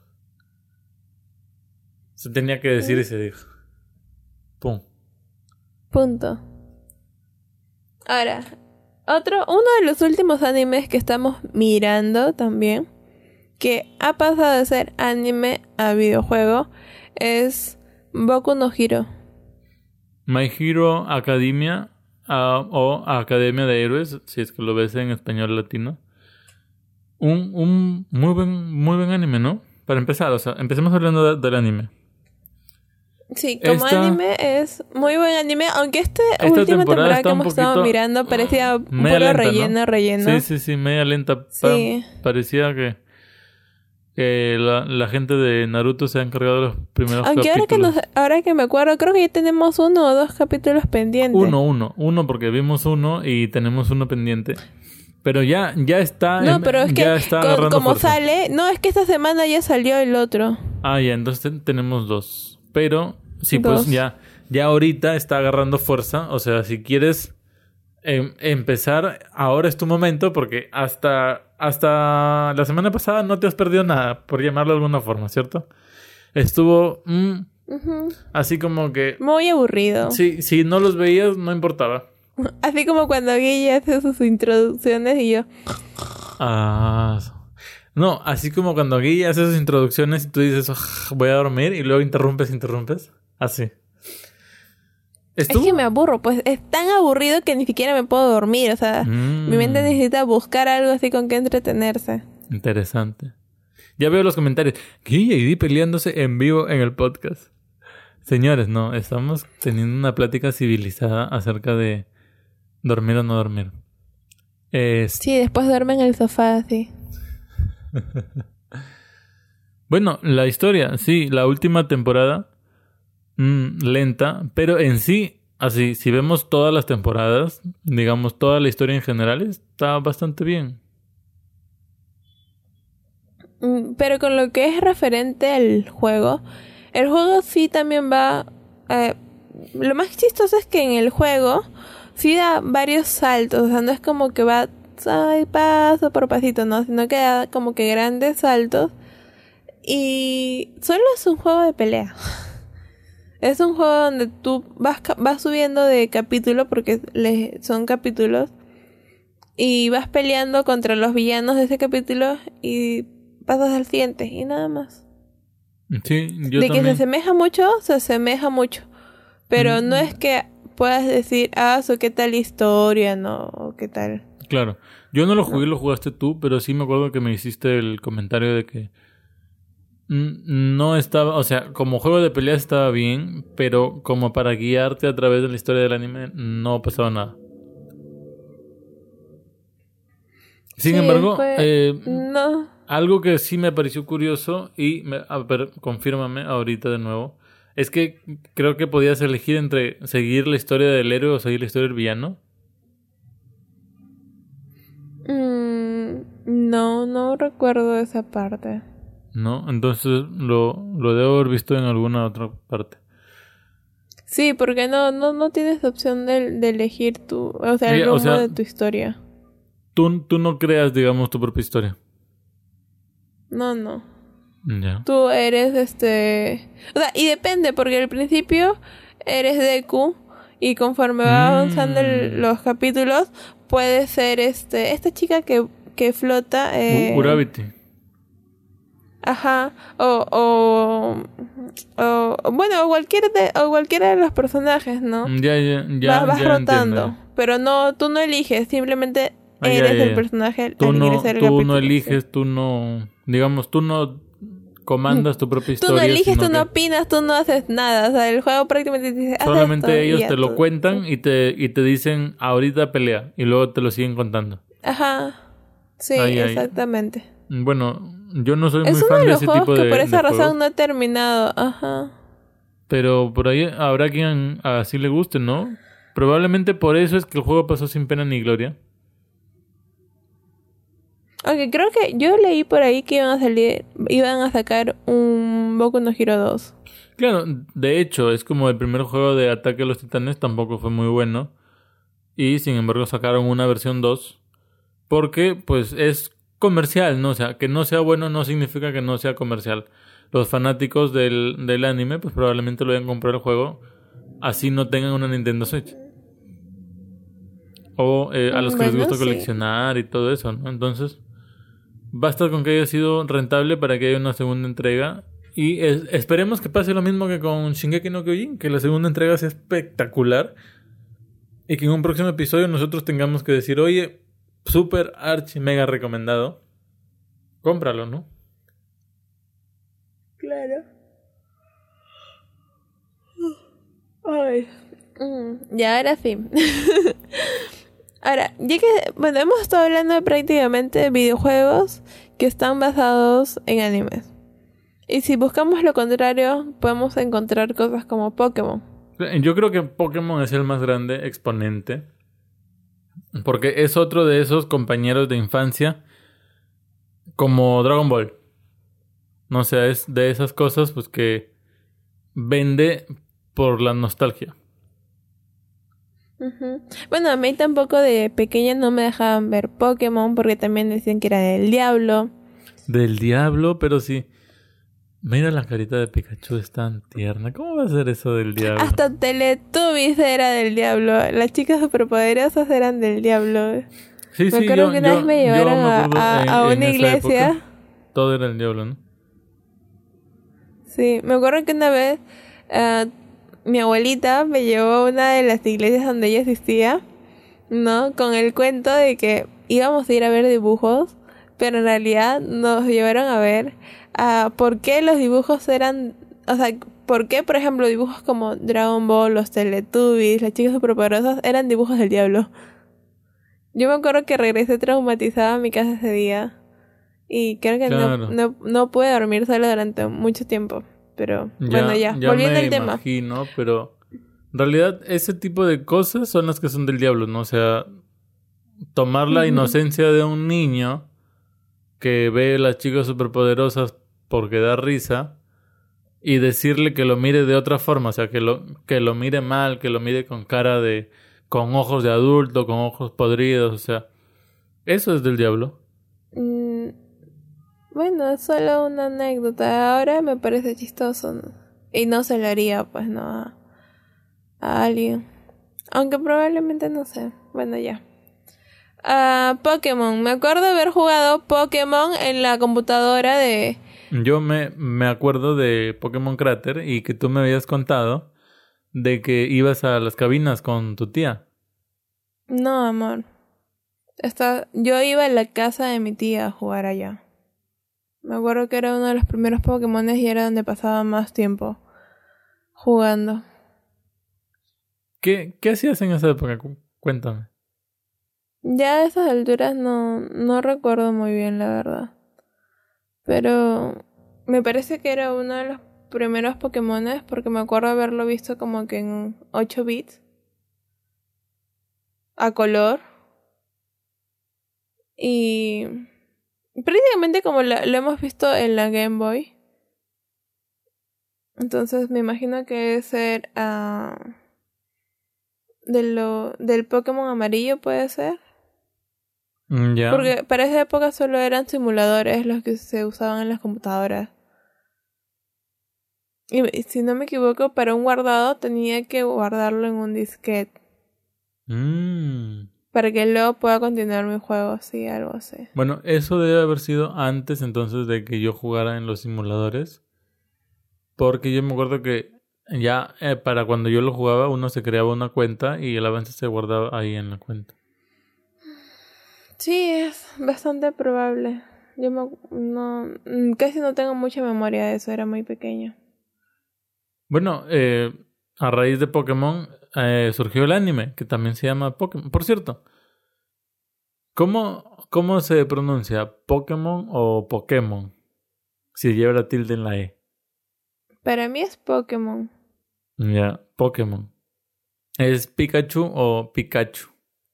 Se tenía que decir y se dijo. Pum. Punto. Ahora, otro, uno de los últimos animes que estamos mirando también, que ha pasado de ser anime a videojuego, es Boku no Hero. My Hero Academia uh, o Academia de Héroes, si es que lo ves en español latino. Un, un muy buen, muy buen anime, ¿no? Para empezar, o sea, empecemos hablando de, del anime. Sí, como esta, anime es muy buen anime, aunque esta, esta última temporada, temporada que hemos estado mirando parecía puro lenta, relleno, ¿no? relleno. Sí, sí, sí, media lenta. Sí. Pa- parecía que, que la, la gente de Naruto se ha encargado de los primeros aunque capítulos. ahora que, nos, ahora que me acuerdo, creo que ya tenemos uno o dos capítulos pendientes. Uno, uno. Uno porque vimos uno y tenemos uno pendiente. Pero ya, ya está. No, pero es que ya está con, como fuerza. sale... No, es que esta semana ya salió el otro. Ah, ya, entonces ten- tenemos dos. Pero, sí, Dos. pues ya, ya ahorita está agarrando fuerza. O sea, si quieres em, empezar, ahora es tu momento, porque hasta, hasta la semana pasada no te has perdido nada, por llamarlo de alguna forma, ¿cierto? Estuvo mm, Ujú. así como que... Muy aburrido. Sí, si no los veías, no importaba. Así como cuando Guille hace sus introducciones y yo... Ah... No, así como cuando Guille hace sus introducciones y tú dices, "Ugh, voy a dormir", y luego interrumpes, interrumpes. Así. ¿Estuvo? Es que me aburro, pues es tan aburrido que ni siquiera me puedo dormir. O sea, Mm, mi mente necesita buscar algo así con que entretenerse. interesante. Ya veo los comentarios. Guille y Di peleándose en vivo en el podcast. Señores, no, estamos teniendo una plática civilizada acerca de dormir o no dormir. Es... Sí, después duerme en el sofá así. Bueno, la historia, sí, la última temporada, mm, lenta, pero en sí, así, si vemos todas las temporadas, digamos, toda la historia en general, está bastante bien. Mm, Pero con lo que es referente al juego, el juego sí también va... eh, lo más chistoso es que en el juego sí da varios saltos. O sea, no es como que va ay, paso por pasito, no, sino que da como que grandes saltos. Y solo es un juego de pelea. Es un juego donde tú vas, ca- vas subiendo de capítulo, porque le, son capítulos, y vas peleando contra los villanos de ese capítulo y pasas al siguiente y nada más. Sí, yo de que se también. asemeja mucho, se asemeja mucho. Pero Mm, no es que puedas decir, ah, so, qué tal historia, no, o qué tal. Claro, yo no lo jugué, No. lo jugaste tú, pero sí me acuerdo que me hiciste el comentario de que mm, no estaba, o sea, como juego de peleas estaba bien, pero como para guiarte a través de la historia del anime no pasaba nada. Sin Sí, embargo, fue... eh, No. algo que sí me pareció curioso y, me, a ver, confírmame ahorita de nuevo, es que creo que podías elegir entre seguir la historia del héroe o seguir la historia del villano. Mm, no, no recuerdo esa parte. ¿No? Entonces lo, lo debo haber visto en alguna otra parte. Sí, porque no, no, no tienes opción de, de elegir tu, o sea, el Oye, o rumbo sea, de tu historia. tú, tú no creas, digamos, tu propia historia. No, no. Ya. Tú eres este... O sea, y depende, porque al principio eres Deku y conforme va avanzando el- Mm. los capítulos, puede ser este esta chica que, que flota. Eh, U- Uravity. Ajá. O, o, o- o- bueno, o cualquier de, o cualquiera de los personajes, ¿no? Mm, Ya, ya, ya, vas vas ya rotando. entiendo. Pero no, tú no eliges, simplemente Ah, ya, eres ya, el ya. personaje Tú al no, ingresar el tú capítulo. no sí. eliges, tú no, digamos, tú no comandas tu propia Tú historia. no eliges, sino tú no que opinas, tú no haces nada. O sea, el juego prácticamente te dice, haz solamente esto, y ellos ya te lo tú- cuentan y te, y te dicen, ahorita pelea, y luego te lo siguen contando. Ajá. Sí, Ay, ay. exactamente. Bueno, yo no soy Es muy uno fan de de los ese juegos tipo que de, por de esa razón juegos, no he terminado. Ajá. pero por ahí habrá quien así le guste, ¿no? Probablemente por eso es que el juego pasó sin pena ni gloria. Aunque creo que yo leí por ahí que iban a salir, iban a sacar un Boku no Hero dos. Claro, de hecho, es como el primer juego de Ataque a los Titanes, tampoco fue muy bueno. Y sin embargo sacaron una versión dos. Porque, pues, es comercial, ¿no? O sea, que no sea bueno no significa que no sea comercial. Los fanáticos del, del anime, pues probablemente lo vayan a comprar el juego. Así no tengan una Nintendo Switch. O eh, a los que les Bueno, gusta sí. coleccionar y todo eso, ¿no? Entonces, basta con que haya sido rentable para que haya una segunda entrega. Y es- esperemos que pase lo mismo que con Shingeki no Kyojin, que la segunda entrega sea espectacular. Y que en un próximo episodio nosotros tengamos que decir, oye, super archi mega recomendado. Cómpralo, ¿no? Claro. Ay. Mm, y ahora sí. Ahora, ya que, bueno, hemos estado hablando de prácticamente videojuegos que están basados en animes. Y si buscamos lo contrario, podemos encontrar cosas como Pokémon. Yo creo que Pokémon es el más grande exponente. Porque es otro de esos compañeros de infancia. Como Dragon Ball. No sé, es de esas cosas pues que vende por la nostalgia. Uh-huh. Bueno, a mí tampoco de pequeña no me dejaban ver Pokémon porque también decían que era del diablo. Del diablo, pero sí. Mira la carita de Pikachu, es tan tierna. ¿Cómo va a ser eso del diablo? Hasta Teletubbies era del diablo. Las chicas superpoderosas eran del diablo. Sí, me sí, acuerdo yo, que una yo, vez me yo llevaron me a, acuerdo a, en, a en una esa iglesia. época, todo era el diablo, ¿no? Sí, me acuerdo que una vez uh, mi abuelita me llevó a una de las iglesias donde ella asistía, ¿no? Con el cuento de que íbamos a ir a ver dibujos, pero en realidad nos llevaron a ver uh, por qué los dibujos eran, o sea, por qué, por ejemplo, dibujos como Dragon Ball, los Teletubbies, las chicas superpoderosas eran dibujos del diablo. Yo me acuerdo que regresé traumatizada a mi casa ese día y creo que Claro. no, no, no pude dormir sola durante mucho tiempo. Pero Ya, bueno, ya, ya volviendo me al tema. imagino, pero en realidad ese tipo de cosas son las que son del diablo, ¿no? O sea, tomar la Ujú. inocencia de un niño que ve a las chicas superpoderosas porque da risa y decirle que lo mire de otra forma, o sea, que lo, que lo mire mal, que lo mire con cara de, con ojos de adulto, con ojos podridos, o sea, eso es del diablo. Mm, bueno, es solo una anécdota. Ahora me parece chistoso, ¿no? Y no se lo haría, pues, no, a, a alguien. Aunque probablemente no sé. Bueno, ya. Ah, Pokémon. Me acuerdo haber jugado Pokémon en la computadora de... Yo me, me acuerdo de Pokémon Crater y que tú me habías contado de que ibas a las cabinas con tu tía. No, amor. Esta... Yo iba a la casa de mi tía a jugar allá. Me acuerdo que era uno de los primeros Pokémones y era donde pasaba más tiempo jugando. ¿Qué, qué hacías en esa época? Cu- Cuéntame. Ya a esas alturas no, no recuerdo muy bien, la verdad. Pero me parece que era uno de los primeros Pokémones porque me acuerdo haberlo visto como que en ocho bits. A color. Y prácticamente como la- lo hemos visto en la Game Boy. Entonces me imagino que debe ser ah, de lo, del Pokémon amarillo, puede ser. Mm, ya. Porque para esa época solo eran simuladores los que se usaban en las computadoras. Y y si no me equivoco, para un guardado tenía que guardarlo en un disquete. Mm. Para que luego pueda continuar mi juego, sí, algo así. Bueno, eso debe haber sido antes entonces de que yo jugara en los simuladores. Porque yo me acuerdo que ya eh, para cuando yo lo jugaba uno se creaba una cuenta y el avance se guardaba ahí en la cuenta. Sí, es bastante probable. Yo me, no, mm, casi no tengo mucha memoria de eso, era muy pequeña. Bueno, eh, a raíz de Pokémon eh, surgió el anime, que también se llama Pokémon. Por cierto, ¿cómo, cómo se pronuncia? ¿Pokémon o Pokémon? Si lleva la tilde en la E. Para mí es Pokémon. Ya, Pokémon. ¿Es Pikachu o Pikachu?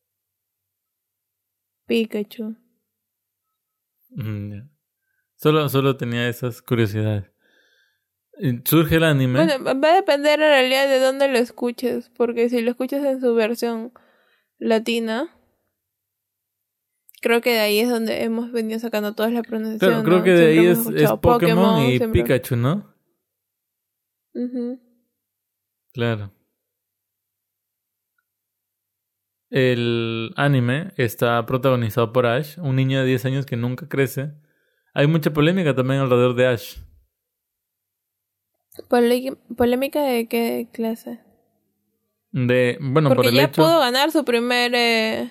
Pikachu. Mm, ya. Solo, solo tenía esas curiosidades. Y surge el anime. Bueno, va a depender en realidad de dónde lo escuches, porque si lo escuchas en su versión latina, creo que de ahí es donde hemos venido sacando toda la pronunciación, Claro, creo ¿no? que de Siempre ahí hemos es, es escuchado Pokémon y siempre. Pikachu, ¿no? Ujú. Claro. El anime está protagonizado por Ash, un niño de diez años que nunca crece. Hay mucha polémica también alrededor de Ash. Polé- ¿Polémica de qué clase? De, bueno, por Porque el ya hecho, pudo ganar su primer eh,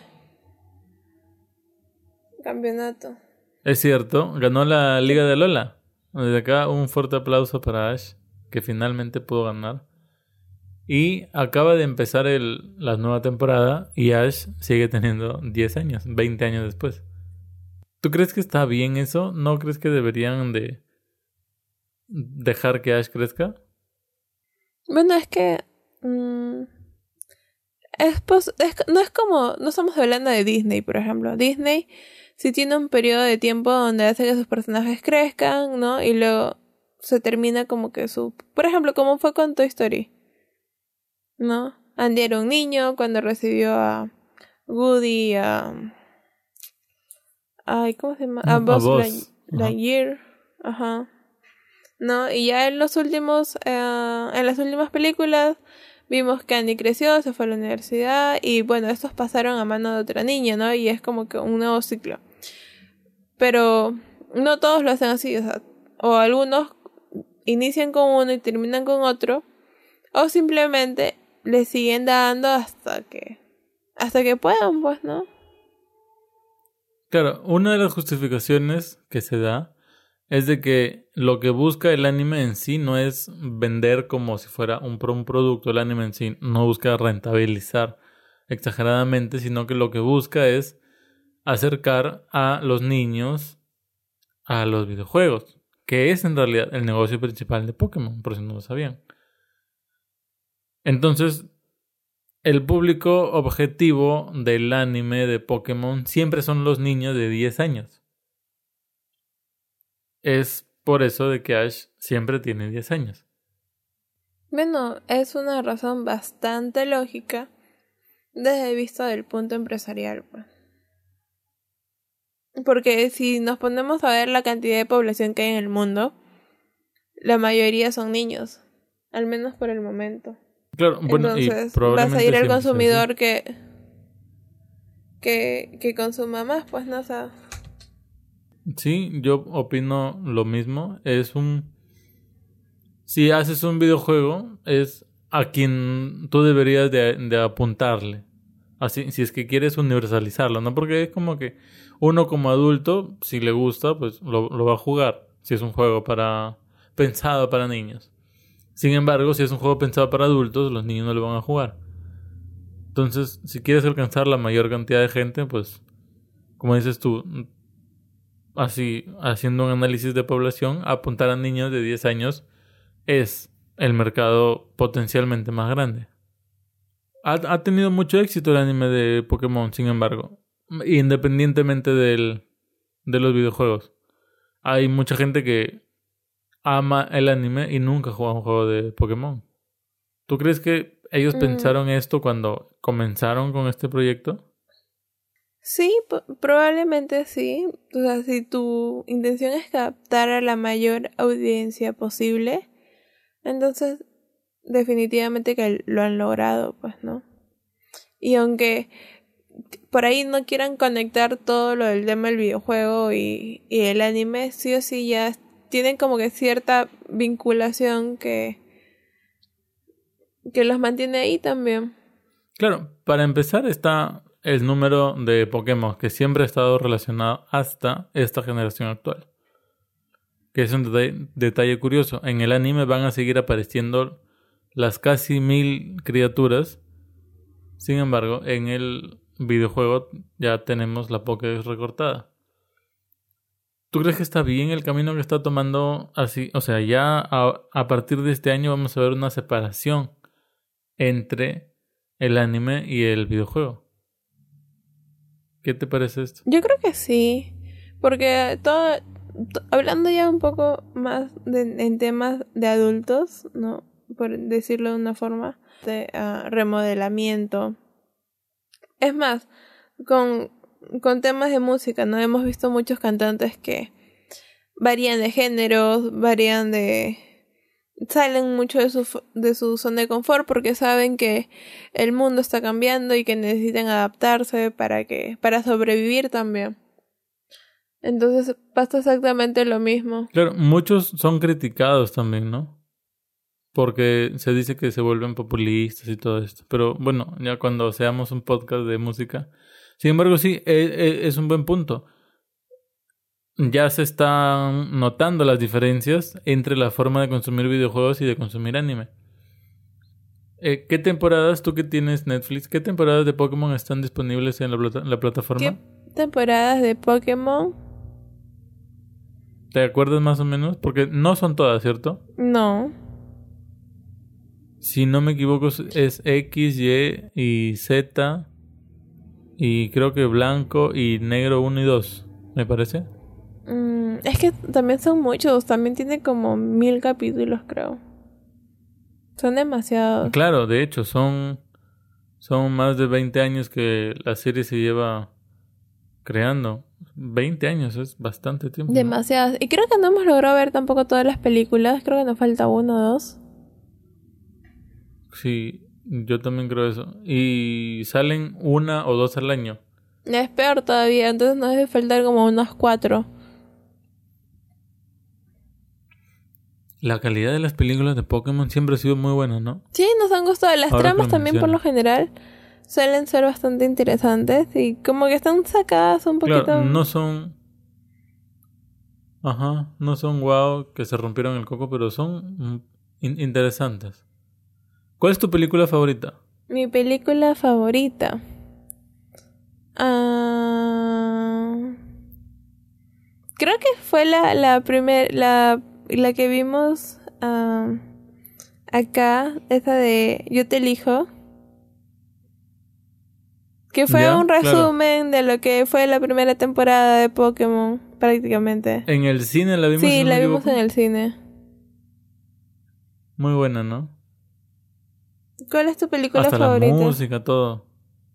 campeonato. es cierto, ganó la Liga de Lola. Desde acá un fuerte aplauso para Ash, que finalmente pudo ganar. Y acaba de empezar el, la nueva temporada y Ash sigue teniendo diez años, veinte años después. ¿Tú crees que está bien eso? ¿No crees que deberían de dejar que Ash crezca? Bueno, es que... mm, es, pos- es no es como... No estamos hablando de Disney, por ejemplo. Disney sí tiene un periodo de tiempo donde hace que sus personajes crezcan, ¿no? Y luego se termina como que su... Por ejemplo, como fue con Toy Story, ¿no? Andy era un niño cuando recibió a Woody, a... Ay, ¿cómo se llama? A Buzz, Buzz. Light- Lightyear. Ajá. ¿No? Y ya en los últimos, eh, en las últimas películas vimos que Andy creció, se fue a la universidad y bueno, estos pasaron a mano de otra niña, ¿no? Y es como que un nuevo ciclo. Pero no todos lo hacen así, o sea, o algunos inician con uno y terminan con otro, o simplemente le siguen dando hasta que hasta que puedan, pues, ¿no? Claro, una de las justificaciones que se da es de que lo que busca el anime en sí no es vender como si fuera un, pro- un producto. El anime en sí no busca rentabilizar exageradamente, sino que lo que busca es acercar a los niños a los videojuegos, que es en realidad el negocio principal de Pokémon, por si no lo sabían. Entonces, el público objetivo del anime de Pokémon siempre son los niños de diez años. Es por eso de que Ash siempre tiene diez años. Bueno, es una razón bastante lógica desde el vista del punto empresarial, pues. Porque si nos ponemos a ver la cantidad de población que hay en el mundo, la mayoría son niños, al menos por el momento. Claro, bueno, Entonces, y probablemente vas a ir al siempre sea consumidor así. que, que que consuma más, pues no, o sea, Sí, yo opino lo mismo. Es un... Si haces un videojuego, es a quien tú deberías de, de apuntarle. Así, si es que quieres universalizarlo, ¿no? Porque es como que uno como adulto, si le gusta, pues lo, lo va a jugar. Si es un juego para pensado para niños. Sin embargo, si es un juego pensado para adultos, los niños no lo van a jugar. Entonces, si quieres alcanzar la mayor cantidad de gente, pues, como dices tú, así, haciendo un análisis de población, apuntar a niños de diez años es el mercado potencialmente más grande. Ha, ha tenido mucho éxito el anime de Pokémon, sin embargo, independientemente del, de los videojuegos. Hay mucha gente que ama el anime y nunca juega un juego de Pokémon. ¿Tú crees que ellos Mm. pensaron esto cuando comenzaron con este proyecto? sí, p- probablemente sí. O sea, si tu intención es captar a la mayor audiencia posible, entonces definitivamente que lo han logrado, pues, ¿no? Y aunque por ahí no quieran conectar todo lo del tema del videojuego y, y el anime, sí o sí ya tienen como que cierta vinculación que, que los mantiene ahí también. Claro, para empezar está el número de Pokémon que siempre ha estado relacionado hasta esta generación actual. Que es un detalle, detalle curioso. En el anime van a seguir apareciendo las casi mil criaturas. Sin embargo, en el videojuego ya tenemos la Pokédex recortada. ¿Tú crees que está bien el camino que está tomando así? O sea, ya a, a partir de este año vamos a ver una separación entre el anime y el videojuego. ¿Qué te parece esto? Yo creo que sí, porque todo, t- hablando ya un poco más de, en temas de adultos, ¿no? Por decirlo de una forma, de ah, remodelamiento. Es más, con, con temas de música, ¿no? Hemos visto muchos cantantes que varían de géneros, varían de... salen mucho de su, f- de su zona de confort porque saben que el mundo está cambiando y que necesitan adaptarse para que para sobrevivir también. Entonces pasa exactamente lo mismo. Claro, muchos son criticados también, ¿no? Porque se dice que se vuelven populistas y todo esto. Pero bueno, ya cuando seamos un podcast de música. Sin embargo, sí, e- e- es un buen punto. Ya se están notando las diferencias entre la forma de consumir videojuegos y de consumir anime. Eh, ¿Qué temporadas, tú que tienes Netflix, qué temporadas de Pokémon están disponibles en la, plata- la plataforma? ¿Qué temporadas de Pokémon? ¿Te acuerdas más o menos? Porque no son todas, ¿cierto? No. Si no me equivoco es X, Y y Z. Y creo que blanco y negro uno y dos, me parece. Mm, es que también son muchos. También tiene como mil capítulos, creo. Son demasiados. Claro, de hecho, son Son más de veinte años que la serie se lleva creando. veinte años es bastante tiempo. ¿No? Demasiadas. Y creo que no hemos logrado ver tampoco todas las películas. Creo que nos falta uno o dos. Sí, yo también creo eso. Y salen una o dos al año. Es peor todavía, entonces nos debe faltar como unas cuatro. La calidad de las películas de Pokémon siempre ha sido muy buena, ¿no? Sí, nos han gustado. Las Ahora tramas que lo también por lo general suelen ser bastante interesantes y como que están sacadas un poquito... Claro, no son... Ajá, no son wow que se rompieron el coco, pero son in- interesantes. ¿Cuál es tu película favorita? Mi película favorita... Uh... Creo que fue la, la primera... La... La que vimos uh, acá, esa de Yo te elijo. Que fue ya, un resumen claro. de lo que fue la primera temporada de Pokémon, prácticamente. ¿En el cine la vimos? Sí, si no la me vimos equivoco? en el cine. Muy buena, ¿no? ¿Cuál es tu película Hasta favorita? La música, todo.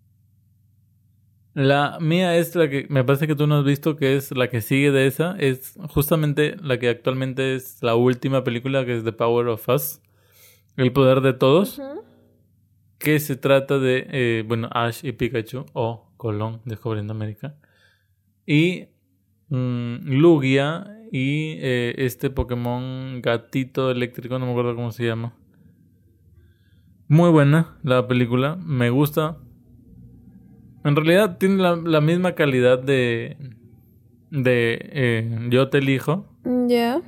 La mía es la que me parece que tú no has visto, que es la que sigue de esa. Es justamente la que actualmente es la última película, que es The Power of Us. El poder de todos. Uh-huh. Que se trata de, eh, bueno, Ash y Pikachu, o Colón, descubriendo América. Y mmm, Lugia y eh, este Pokémon gatito eléctrico, no me acuerdo cómo se llama. Muy buena la película, me gusta. En realidad tiene la, la misma calidad de de eh, Yo te elijo. Ya. Yeah.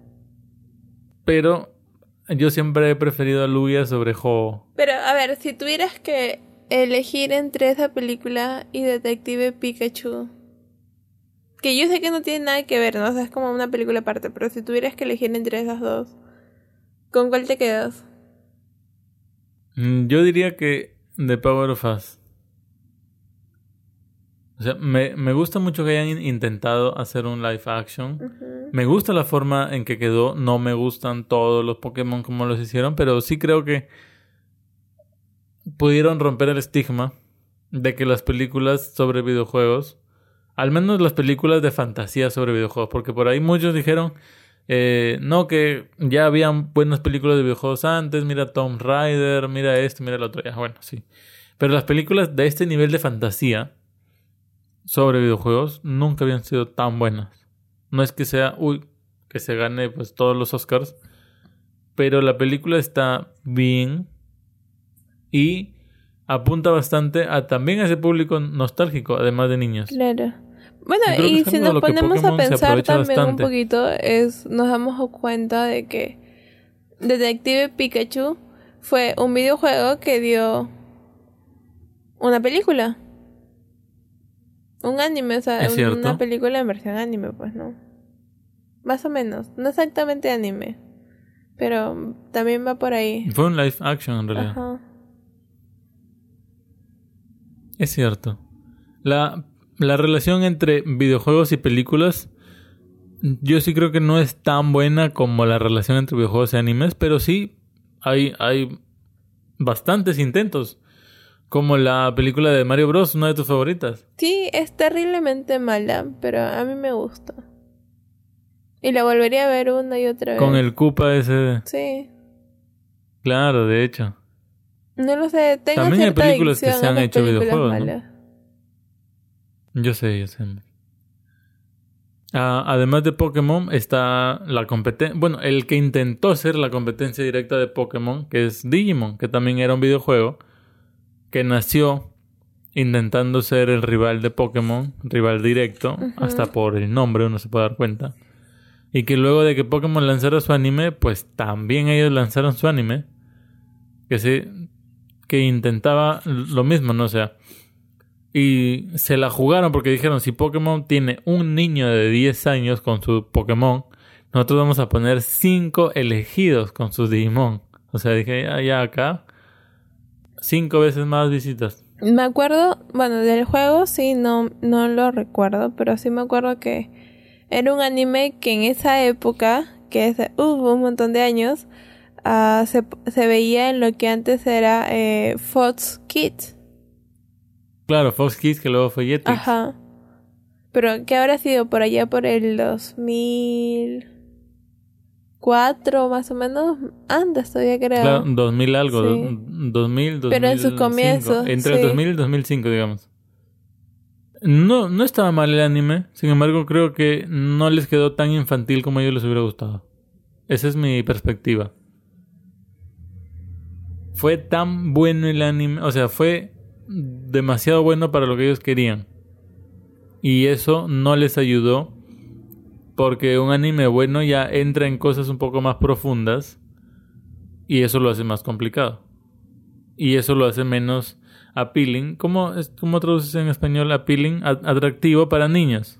Pero yo siempre he preferido a Lugia sobre Ho. Pero a ver, si tuvieras que elegir entre esa película y Detective Pikachu, que yo sé que no tiene nada que ver, ¿no? O sea, es como una película aparte, pero si tuvieras que elegir entre esas dos, ¿con cuál te quedas? Yo diría que The Power of Us. O sea, me, me gusta mucho que hayan intentado hacer un live action. Uh-huh. Me gusta la forma en que quedó. No me gustan todos los Pokémon como los hicieron, pero sí creo que pudieron romper el estigma de que las películas sobre videojuegos, al menos las películas de fantasía sobre videojuegos, porque por ahí muchos dijeron, eh, no, que ya habían buenas películas de videojuegos antes, mira Tomb Raider, mira esto, mira lo otro. Ya, bueno, sí. Pero las películas de este nivel de fantasía sobre videojuegos nunca habían sido tan buenas. No es que sea, uy, que se gane pues todos los Oscars, pero la película está bien y apunta bastante a también a ese público nostálgico, además de niños. Claro. Bueno, y, y si nos ponemos a pensar también bastante. un poquito, es nos damos cuenta de que Detective Pikachu fue un videojuego que dio una película. Un anime, o sea, una película en versión anime, pues, ¿no? Más o menos. No exactamente anime. Pero también va por ahí. Fue un live action, en realidad. Ajá. Es cierto. La, la relación entre videojuegos y películas, yo sí creo que no es tan buena como la relación entre videojuegos y animes, pero sí hay, hay bastantes intentos. Como la película de Mario Bros, una de tus favoritas. Sí, es terriblemente mala, pero a mí me gusta. Y la volvería a ver una y otra vez. Con el Koopa ese. Sí. Claro, de hecho. No lo sé, tengo También hay películas que se han hecho videojuegos, ¿no? Yo sé, yo sé. Ah, además de Pokémon está la competencia... Bueno, el que intentó ser la competencia directa de Pokémon, que es Digimon, que también era un videojuego que nació intentando ser el rival de Pokémon, rival directo, uh-huh. Hasta por el nombre uno se puede dar cuenta. Y que luego de que Pokémon lanzara su anime, pues también ellos lanzaron su anime, que se que intentaba lo mismo, ¿no? O sea, y se la jugaron porque dijeron, si Pokémon tiene un niño de diez años con su Pokémon, nosotros vamos a poner cinco elegidos con sus Digimon. O sea, dije, ya, ya acá cinco veces más visitas. Me acuerdo, bueno, del juego sí, no, no lo recuerdo, pero sí me acuerdo que era un anime que en esa época, que es uh, un montón de años, uh, se, se veía en lo que antes era eh, Fox Kids. Claro, Fox Kids, que luego fue Jetix. Ajá. Pero que habrá sido por allá por el dos mil cuatro más o menos, antes todavía creo. Claro, dos mil algo, Sí. dos mil, dos mil Pero en sus cinco. comienzos, Entre sí. el dos mil y el dos mil cinco, digamos. No, no estaba mal el anime, sin embargo creo que no les quedó tan infantil como a ellos les hubiera gustado. Esa es mi perspectiva. Fue tan bueno el anime, o sea, fue demasiado bueno para lo que ellos querían. Y eso no les ayudó porque un anime bueno ya entra en cosas un poco más profundas y eso lo hace más complicado. Y eso lo hace menos appealing. ¿Cómo, es, cómo traduces en español appealing? A- atractivo para niños.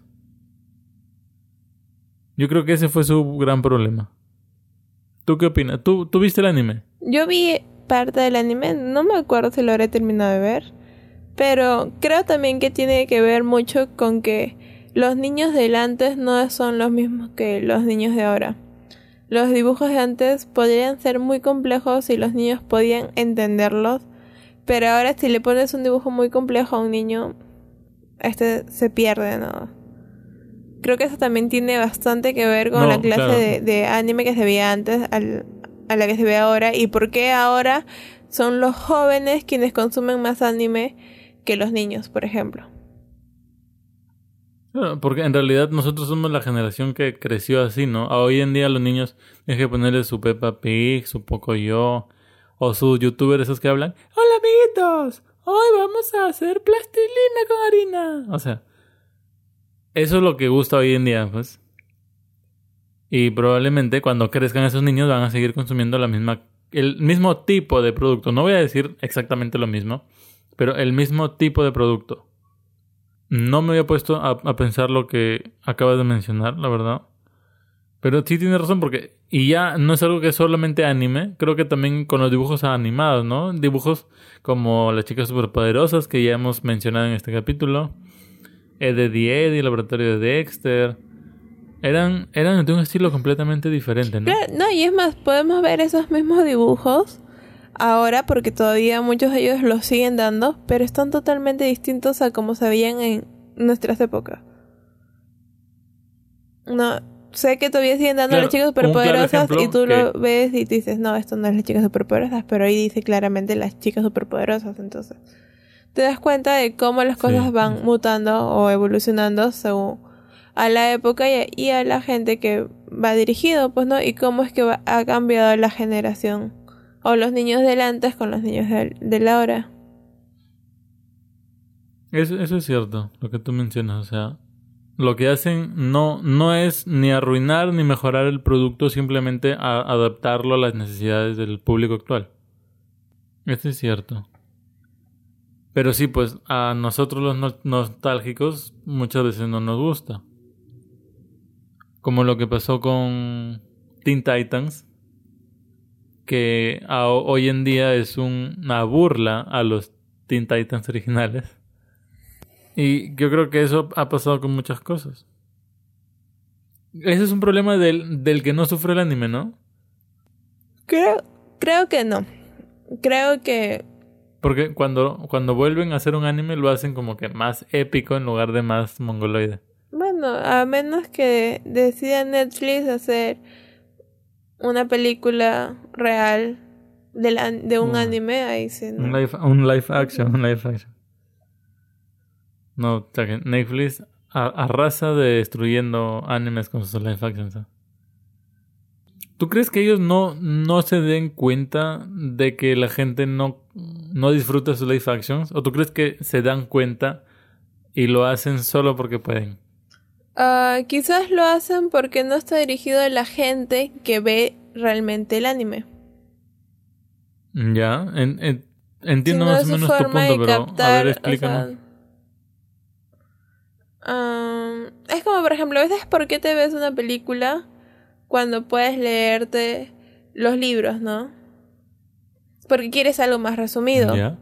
Yo creo que ese fue su gran problema. ¿Tú qué opinas? ¿Tú, ¿tú viste el anime? Yo vi parte del anime, no me acuerdo si lo habré terminado de ver, pero creo también que tiene que ver mucho con que los niños de antes no son los mismos que los niños de ahora. Los dibujos de antes podrían ser muy complejos y los niños podían entenderlos, pero ahora si le pones un dibujo muy complejo a un niño, este se pierde, ¿no? Creo que eso también tiene bastante que ver con No, la clase claro. de, de anime que se veía antes al, a la que se ve ahora y por qué ahora son los jóvenes quienes consumen más anime que los niños, por ejemplo. Claro, porque en realidad nosotros somos la generación que creció así, ¿no? A hoy en día los niños tienen que ponerle su Peppa Pig, su Pocoyo, o sus youtubers esos que hablan, hola amiguitos, hoy vamos a hacer plastilina con harina. O sea, eso es lo que gusta hoy en día, pues. Y probablemente cuando crezcan esos niños van a seguir consumiendo la misma, el mismo tipo de producto. No voy a decir exactamente lo mismo, pero el mismo tipo de producto. No me había puesto a, a pensar lo que acabas de mencionar, la verdad. Pero sí tienes razón porque... Y ya no es algo que es solamente anime. Creo que también con los dibujos animados, ¿no? Dibujos como Las Chicas Superpoderosas, que ya hemos mencionado en este capítulo. Ed, Eddie Eddie, Laboratorio de Dexter. Eran, eran de un estilo completamente diferente, ¿no? Claro, no, y es más, podemos ver esos mismos dibujos ahora porque todavía muchos de ellos los siguen dando, pero están totalmente distintos a como se veían en nuestras épocas. No, sé que todavía siguen dando Claro, las chicas un claro superpoderosas ejemplo y tú que- lo ves y dices, no, esto no es las chicas superpoderosas, pero ahí dice claramente las chicas superpoderosas, entonces te das cuenta de cómo las cosas Sí. van mutando o evolucionando según a la época y a, y a la gente que va dirigido, pues, ¿no? Y cómo es que va- ha cambiado la generación o los niños del antes con los niños de, de la ahora. Eso, eso es cierto, lo que tú mencionas. O sea, lo que hacen no, no es ni arruinar ni mejorar el producto, simplemente a- adaptarlo a las necesidades del público actual. Eso es cierto. Pero sí, pues a nosotros los no- nostálgicos muchas veces no nos gusta. Como lo que pasó con Teen Titans, que a- hoy en día es un- una burla a los Teen Titans originales. Y yo creo que eso ha pasado con muchas cosas. Ese es un problema del, del que no sufre el anime, ¿no? Creo, creo que no. Creo que Porque cuando, cuando vuelven a hacer un anime lo hacen como que más épico en lugar de más mongoloide. bueno, a menos que decida Netflix hacer una película real de, la- de un Ah. anime, ahí sí, ¿no? Un live, un live action, un live action. No, o sea que Netflix a- arrasa de destruyendo animes con sus live actions. ¿Eh? ¿Tú crees que ellos no, no se den cuenta de que la gente no, no disfruta sus live actions? ¿O tú crees que se dan cuenta y lo hacen solo porque pueden? Ah, quizás lo hacen porque no está dirigido a la gente que ve realmente el anime. Ya, en, en- entiendo Sino más es o su menos tu forma punto, de pero a captar, ver, o explícanos. sea, am, es como por ejemplo, a veces ¿por qué te ves una película cuando puedes leerte los libros, ¿no? Porque quieres algo más resumido. Ya.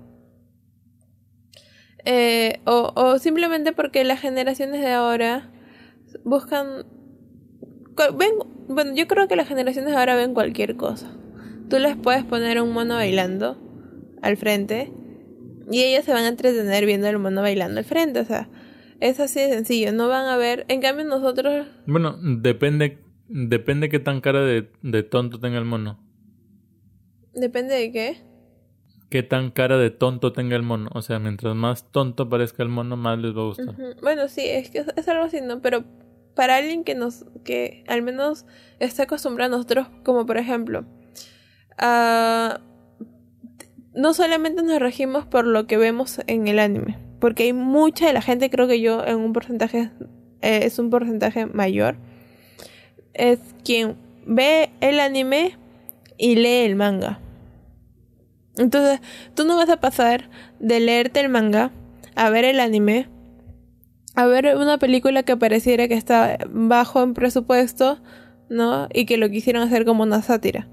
Eh, o, o simplemente porque las generaciones de ahora buscan... cu- Ven, bueno, yo creo que las generaciones de ahora ven cualquier cosa. Tú les puedes poner un mono bailando al frente Y ellos se van a entretener viendo al mono bailando al frente, o sea, es así de sencillo, no van a ver, en cambio nosotros... Bueno, depende, depende qué tan cara de, de tonto tenga el mono. ¿Depende de qué? Qué tan cara de tonto tenga el mono. O sea, mientras más tonto parezca el mono, más les va a gustar. Uh-huh. Bueno, sí, es que es, es algo así, ¿no? Pero para alguien que nos, que al menos está acostumbrado a nosotros, como por ejemplo, uh, no solamente nos regimos por lo que vemos en el anime, porque hay mucha de la gente, creo que yo en un porcentaje, eh, es un porcentaje mayor, es quien ve el anime y lee el manga. Entonces, tú no vas a pasar de leerte el manga a ver el anime, a ver una película que pareciera que está bajo en presupuesto, ¿no? Y que lo quisieron hacer como una sátira.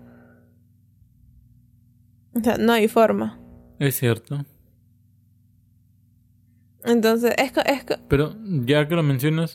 O sea, no hay forma. Es cierto. Entonces, es... es Pero ya que lo mencionas,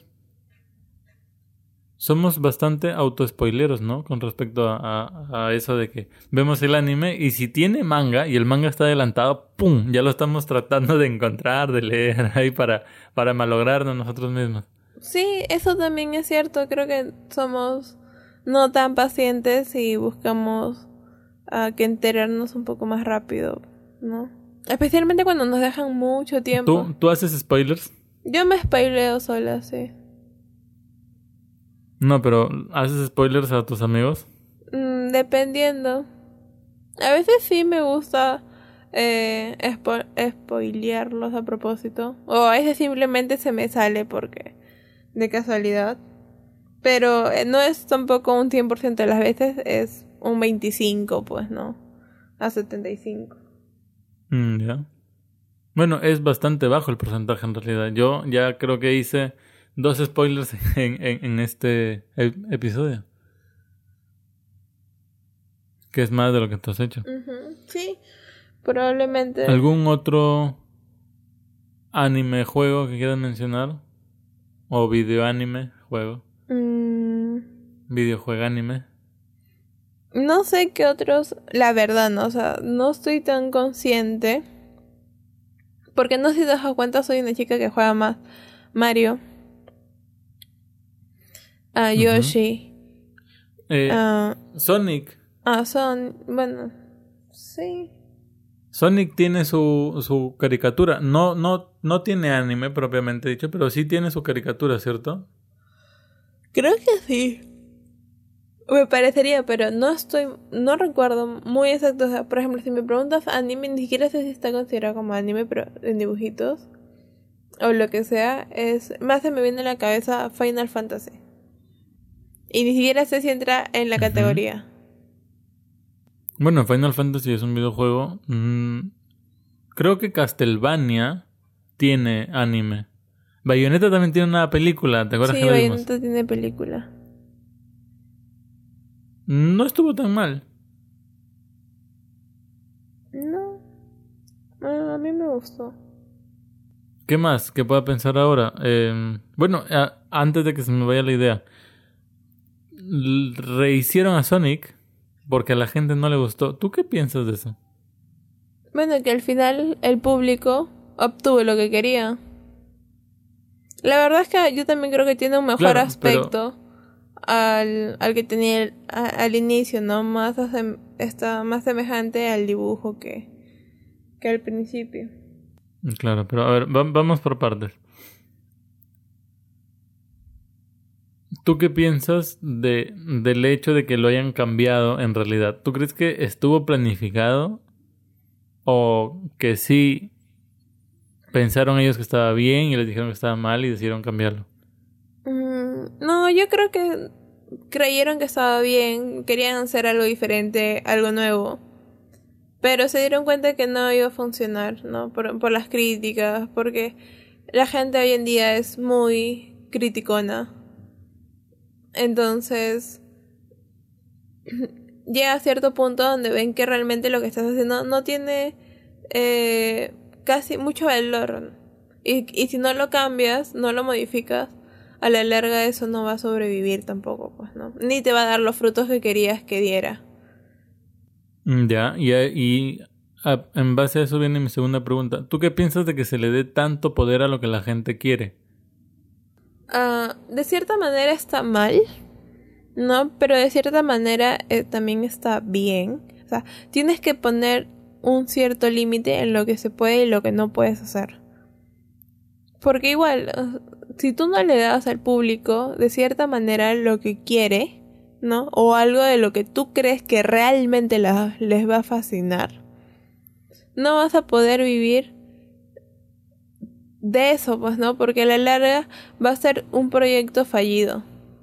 somos bastante autospoileros, ¿no? Con respecto a, a, a eso de que vemos el anime y si tiene manga y el manga está adelantado, ¡pum! Ya lo estamos tratando de encontrar, de leer ahí para, para malograrnos nosotros mismos. Sí, eso también es cierto. Creo que somos no tan pacientes y buscamos uh, que enterarnos un poco más rápido, ¿no? Especialmente cuando nos dejan mucho tiempo. ¿Tú, ¿tú haces spoilers? Yo me spoileo sola, sí. No, pero ¿haces spoilers a tus amigos? Mm, dependiendo. A veces sí me gusta eh, spo- spoilearlos a propósito. O a veces simplemente se me sale porque de casualidad. Pero eh, no es tampoco un cien por ciento de las veces, es un veinticinco, pues, ¿no? A setenta y cinco. Mm, ya. Bueno, es bastante bajo el porcentaje en realidad. Yo ya creo que hice dos spoilers en, en, en este ep- episodio. Que es más de lo que tú has hecho. Uh-huh. Sí, probablemente. ¿Algún otro anime juego que quieras mencionar? ¿O video anime juego? Mm, Videojuego anime. no sé qué otros, la verdad, no, o sea, no estoy tan consciente. Porque no sé si te das cuenta, soy una chica que juega más Mario, a uh, Yoshi, uh-huh. eh, uh, Sonic. Ah, son, bueno, sí. Sonic tiene su, su caricatura. No, no, no tiene anime propiamente dicho, pero sí tiene su caricatura, ¿cierto? Creo que sí. Me parecería, pero no estoy, no recuerdo muy exacto. O sea, por ejemplo, si me preguntas anime, ni siquiera sé si está considerado como anime, pero en dibujitos o lo que sea, es más se me viene a la cabeza Final Fantasy. Y ni siquiera sé si entra en la uh-huh. categoría. Bueno, Final Fantasy es un videojuego. Mm, creo que Castlevania tiene anime. Bayonetta también tiene una película, ¿te acuerdas? Sí, que Bayonetta tiene película. No estuvo tan mal. No. Ah, a mí me gustó. ¿Qué más que pueda pensar ahora? Eh, bueno, a, antes de que se me vaya la idea. L- rehicieron a Sonic porque a la gente no le gustó. ¿Tú qué piensas de eso? Bueno, que al final el público obtuvo lo que quería. La verdad es que yo también creo que tiene un mejor claro, aspecto pero... al, al que tenía el, a, al inicio, ¿no? Más asem, está más semejante al dibujo que, que al principio. Claro, pero a ver, va, vamos por partes. ¿Tú qué piensas de, del hecho de que lo hayan cambiado en realidad? ¿Tú crees que estuvo planificado? ¿O que sí pensaron ellos que estaba bien y les dijeron que estaba mal y decidieron cambiarlo? Mm, no, yo creo que creyeron que estaba bien, querían hacer algo diferente, algo nuevo. Pero se dieron cuenta que no iba a funcionar, ¿no? Por, por las críticas, porque la gente hoy en día es muy criticona. Entonces llega a cierto punto donde ven que realmente lo que estás haciendo no tiene eh, casi mucho valor. Y, y si no lo cambias, no lo modificas, a la larga eso no va a sobrevivir tampoco, pues, ¿no? Ni te va a dar los frutos que querías que diera. Ya, y, y Ah, en base a eso viene mi segunda pregunta. ¿Tú qué piensas de que se le dé tanto poder a lo que la gente quiere? Uh, de cierta manera está mal, ¿no? Pero de cierta manera eh, también está bien. O sea, tienes que poner un cierto límite en lo que se puede y lo que no puedes hacer. Porque igual, uh, si tú no le das al público de cierta manera lo que quiere, ¿no? O algo de lo que tú crees que realmente la, les va a fascinar, no vas a poder vivir de eso, pues, ¿no? Porque a la larga va a ser un proyecto fallido.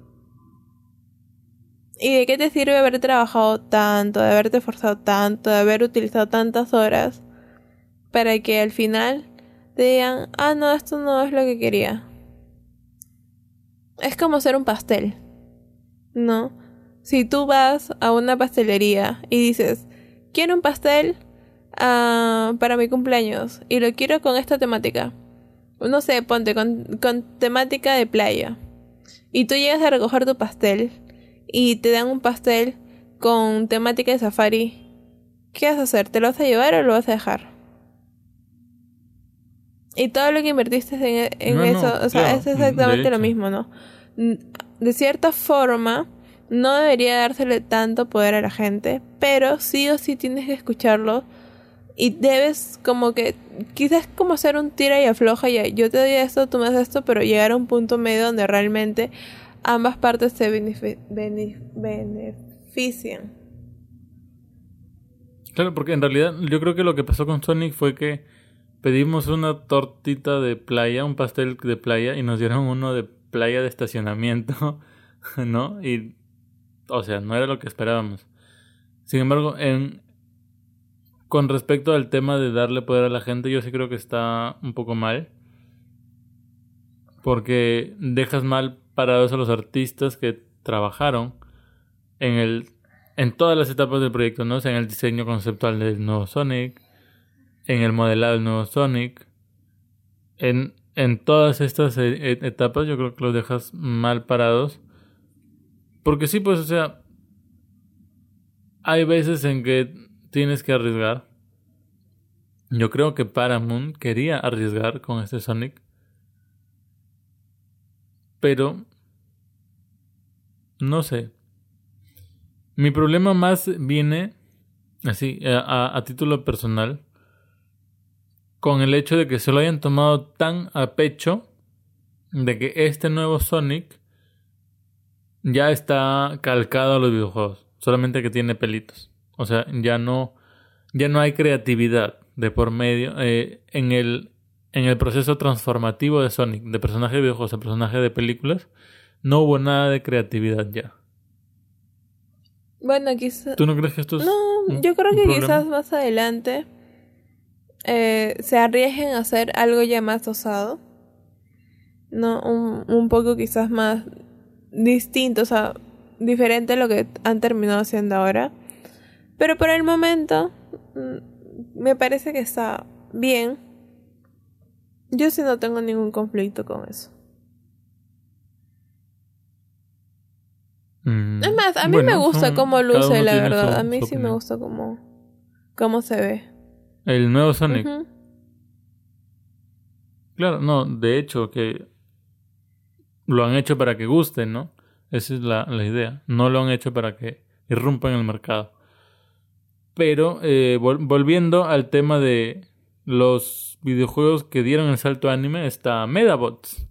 ¿Y de qué te sirve haber trabajado tanto, de haberte esforzado tanto, de haber utilizado tantas horas para que al final te digan, ah, no, esto no es lo que quería? Es como hacer un pastel, ¿no? Si tú vas a una pastelería y dices, quiero un pastel uh, para mi cumpleaños y lo quiero con esta temática, no sé, ponte con, con temática de playa, y tú llegas a recoger tu pastel y te dan un pastel con temática de safari, ¿qué vas a hacer? ¿Te lo vas a llevar o lo vas a dejar? Y todo lo que invertiste en, en no, eso, no, o sea, claro, es exactamente lo mismo, ¿no? De cierta forma, no debería dársele tanto poder a la gente, pero sí o sí tienes que escucharlo y debes como que, quizás como hacer un tira y afloja, y yo te doy esto, tú me das esto, pero llegar a un punto medio donde realmente ambas partes se benefic- benef- benefician. Claro, porque en realidad yo creo que lo que pasó con Sonic fue que pedimos una tortita de playa, un pastel de playa, y nos dieron uno de playa de estacionamiento, ¿no? Y, o sea, no era lo que esperábamos. Sin embargo, en con respecto al tema de darle poder a la gente, yo sí creo que está un poco mal. Porque dejas mal parados a los artistas que trabajaron en el en todas las etapas del proyecto, ¿no? O sea, en el diseño conceptual del nuevo Sonic, en el modelado del nuevo Sonic, en, en todas estas e- etapas yo creo que los dejas mal parados. Porque sí, pues, o sea, hay veces en que tienes que arriesgar. Yo creo que Paramount quería arriesgar con este Sonic, pero no sé. Mi problema más viene, así, a, a título personal, con el hecho de que se lo hayan tomado tan a pecho de que este nuevo Sonic ya está calcado a los videojuegos, solamente que tiene pelitos. O sea, ya no, ya no hay creatividad de por medio eh, en el en el proceso transformativo de Sonic, de personaje de videojuegos a personaje de películas. No hubo nada de creatividad ya. Bueno, quizás... ¿Tú no crees que esto es No, un, yo creo un que problema? quizás más adelante eh, se arriesguen a hacer algo ya más osado, ¿no? Un, un poco quizás más distinto, o sea, diferente a lo que han terminado haciendo ahora. Pero por el momento mm, me parece que está bien. Yo sí no tengo ningún conflicto con eso. Mm, Es más, a mí bueno, me gusta son, cómo cada luce, uno la tiene verdad. su- A mí su sí me opinión. gusta cómo, cómo se ve. El nuevo Sonic. Ujú. Claro, no, de hecho que lo han hecho para que guste, ¿no? Esa es la, la idea. No lo han hecho para que irrumpan el mercado. Pero eh, vol- volviendo al tema de los videojuegos que dieron el salto a anime, está Medabots,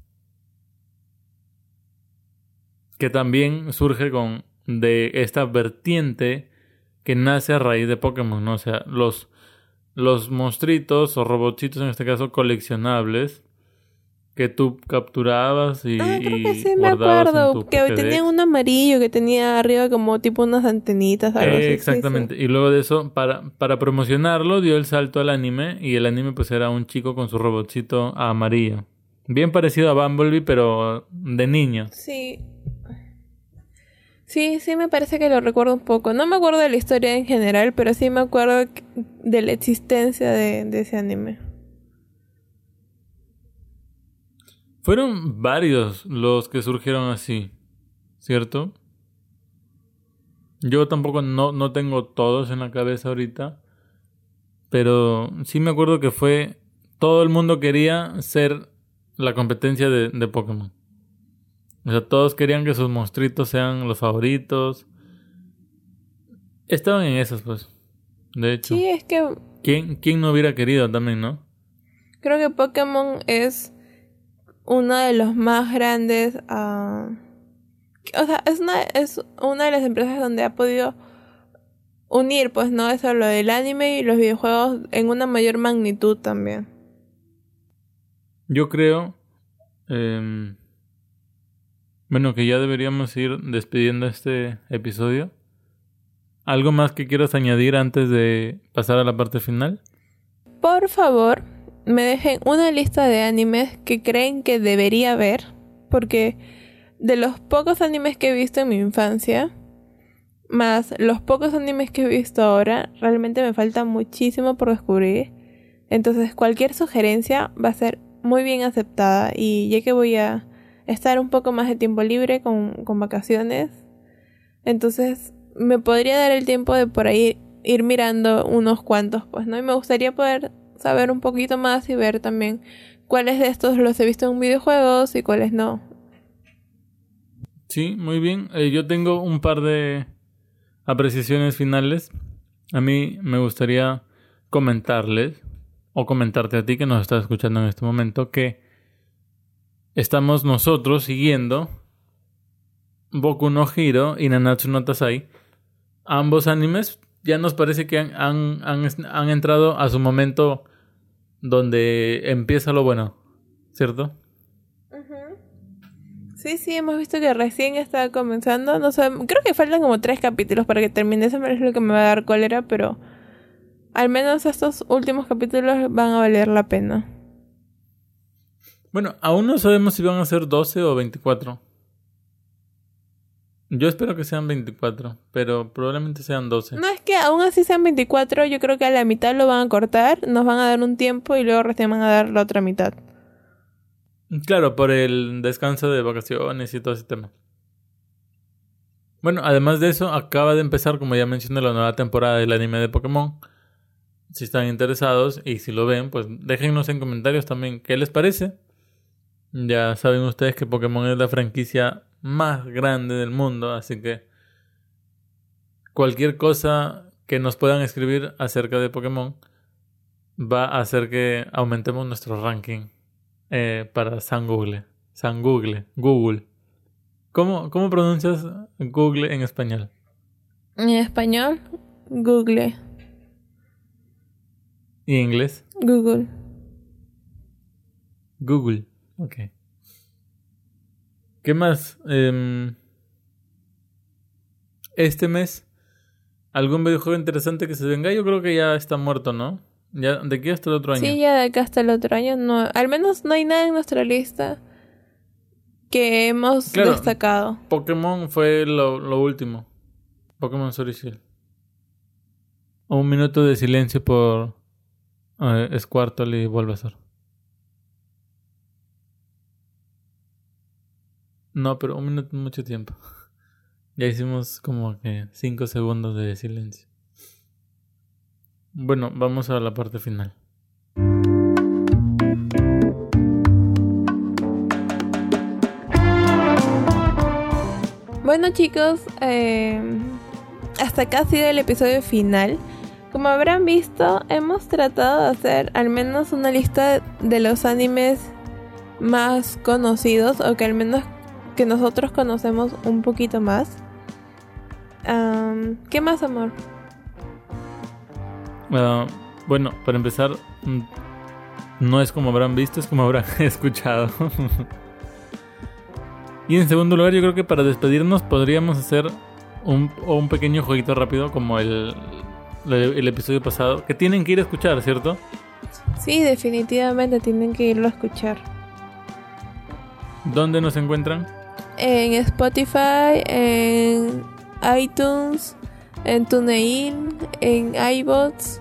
que también surge con de esta vertiente que nace a raíz de Pokémon, ¿no? O sea, los, los monstruitos o robotcitos, en este caso coleccionables, que tú capturabas y, Ah, creo que y sí me guardabas en acuerdo. tu Que tenían Pokédex. un amarillo que tenía arriba como tipo unas antenitas, algo Eh, así. exactamente. Sí, sí. Y luego de eso, para, para promocionarlo, dio el salto al anime. Y el anime pues era un chico con su robotcito amarillo. Bien parecido a Bumblebee, pero de niño. Sí. Sí, sí me parece que lo recuerdo un poco. No me acuerdo de la historia en general, pero sí me acuerdo que- de la existencia de, de ese anime. Fueron varios los que surgieron así, ¿cierto? Yo tampoco no, no tengo todos en la cabeza ahorita. Pero sí me acuerdo que fue... Todo el mundo quería ser la competencia de, de Pokémon. O sea, todos querían que sus monstruitos sean los favoritos. Estaban en esas, pues. De hecho. Sí, es que... ¿Quién, quién no hubiera querido también, no? Creo que Pokémon es uno de los más grandes... Uh... O sea, es una, es una de las empresas donde ha podido unir, pues, ¿no? Eso, lo del anime y los videojuegos en una mayor magnitud también. Yo creo... Eh, bueno, que ya deberíamos ir despidiendo este episodio. ¿Algo más que quieras añadir antes de pasar a la parte final? Por favor, me dejen una lista de animes que creen que debería ver, porque de los pocos animes que he visto en mi infancia, más los pocos animes que he visto ahora, realmente me falta muchísimo por descubrir. Entonces cualquier sugerencia va a ser muy bien aceptada, y ya que voy a estar un poco más de tiempo libre con, con vacaciones, entonces me podría dar el tiempo de por ahí ir mirando unos cuantos, pues, ¿no? Y me gustaría poder saber un poquito más y ver también cuáles de estos los he visto en videojuegos y cuáles no. Sí, muy bien. Eh, yo tengo un par de apreciaciones finales. A mí me gustaría comentarles, o comentarte a ti que nos estás escuchando en este momento, que estamos nosotros siguiendo Boku no Hero y Nanatsu no Taizai. Ambos animes ya nos parece que han, han, han, han entrado a su momento donde empieza lo bueno, ¿cierto? Uh-huh. Sí, sí, hemos visto que recién está comenzando. No sé, creo que faltan como tres capítulos para que termine. Eso es lo que me va a dar cólera, pero al menos estos últimos capítulos van a valer la pena. Bueno, aún no sabemos si van a ser doce o veinticuatro. Yo espero que sean veinticuatro, pero probablemente sean doce. No, es que aún así sean veinticuatro, yo creo que a la mitad lo van a cortar, nos van a dar un tiempo y luego recién van a dar la otra mitad. Claro, por el descanso de vacaciones y todo ese tema. Bueno, además de eso, acaba de empezar, como ya mencioné, la nueva temporada del anime de Pokémon. Si están interesados y si lo ven, pues déjennos en comentarios también qué les parece. Ya saben ustedes que Pokémon es la franquicia más grande del mundo, así que cualquier cosa que nos puedan escribir acerca de Pokémon va a hacer que aumentemos nuestro ranking eh, para San Google. San Google. Google. ¿Cómo, ¿Cómo pronuncias Google en español? En español, Google. ¿Y en inglés? Google. Google. Ok. ¿Qué más? Eh, este mes, ¿algún videojuego interesante que se venga? Yo creo que ya está muerto, ¿no? Ya de aquí hasta el otro año. Sí, ya de acá hasta el otro año. No, al menos no hay nada en nuestra lista que hemos claro, destacado. Pokémon fue lo, lo último. Pokémon Sword y Shield. Un minuto de silencio por uh, Squirtle y Bulbasaur. No, pero un minuto es mucho tiempo. Ya hicimos como que cinco segundos de silencio. Bueno, vamos a la parte final. Bueno, chicos, eh, hasta acá ha sido el episodio final. Como habrán visto, hemos tratado de hacer al menos una lista de los animes más conocidos, o que al menos que nosotros conocemos un poquito más. Um, ¿Qué más, amor? Uh, bueno, para empezar, no es como habrán visto, es como habrán escuchado. Y en segundo lugar, yo creo que para despedirnos podríamos hacer un, un pequeño jueguito rápido como el, el, el episodio pasado, que tienen que ir a escuchar, ¿cierto? Sí, definitivamente tienen que irlo a escuchar. ¿Dónde nos encuentran? En Spotify, en iTunes, en TuneIn, en iBots.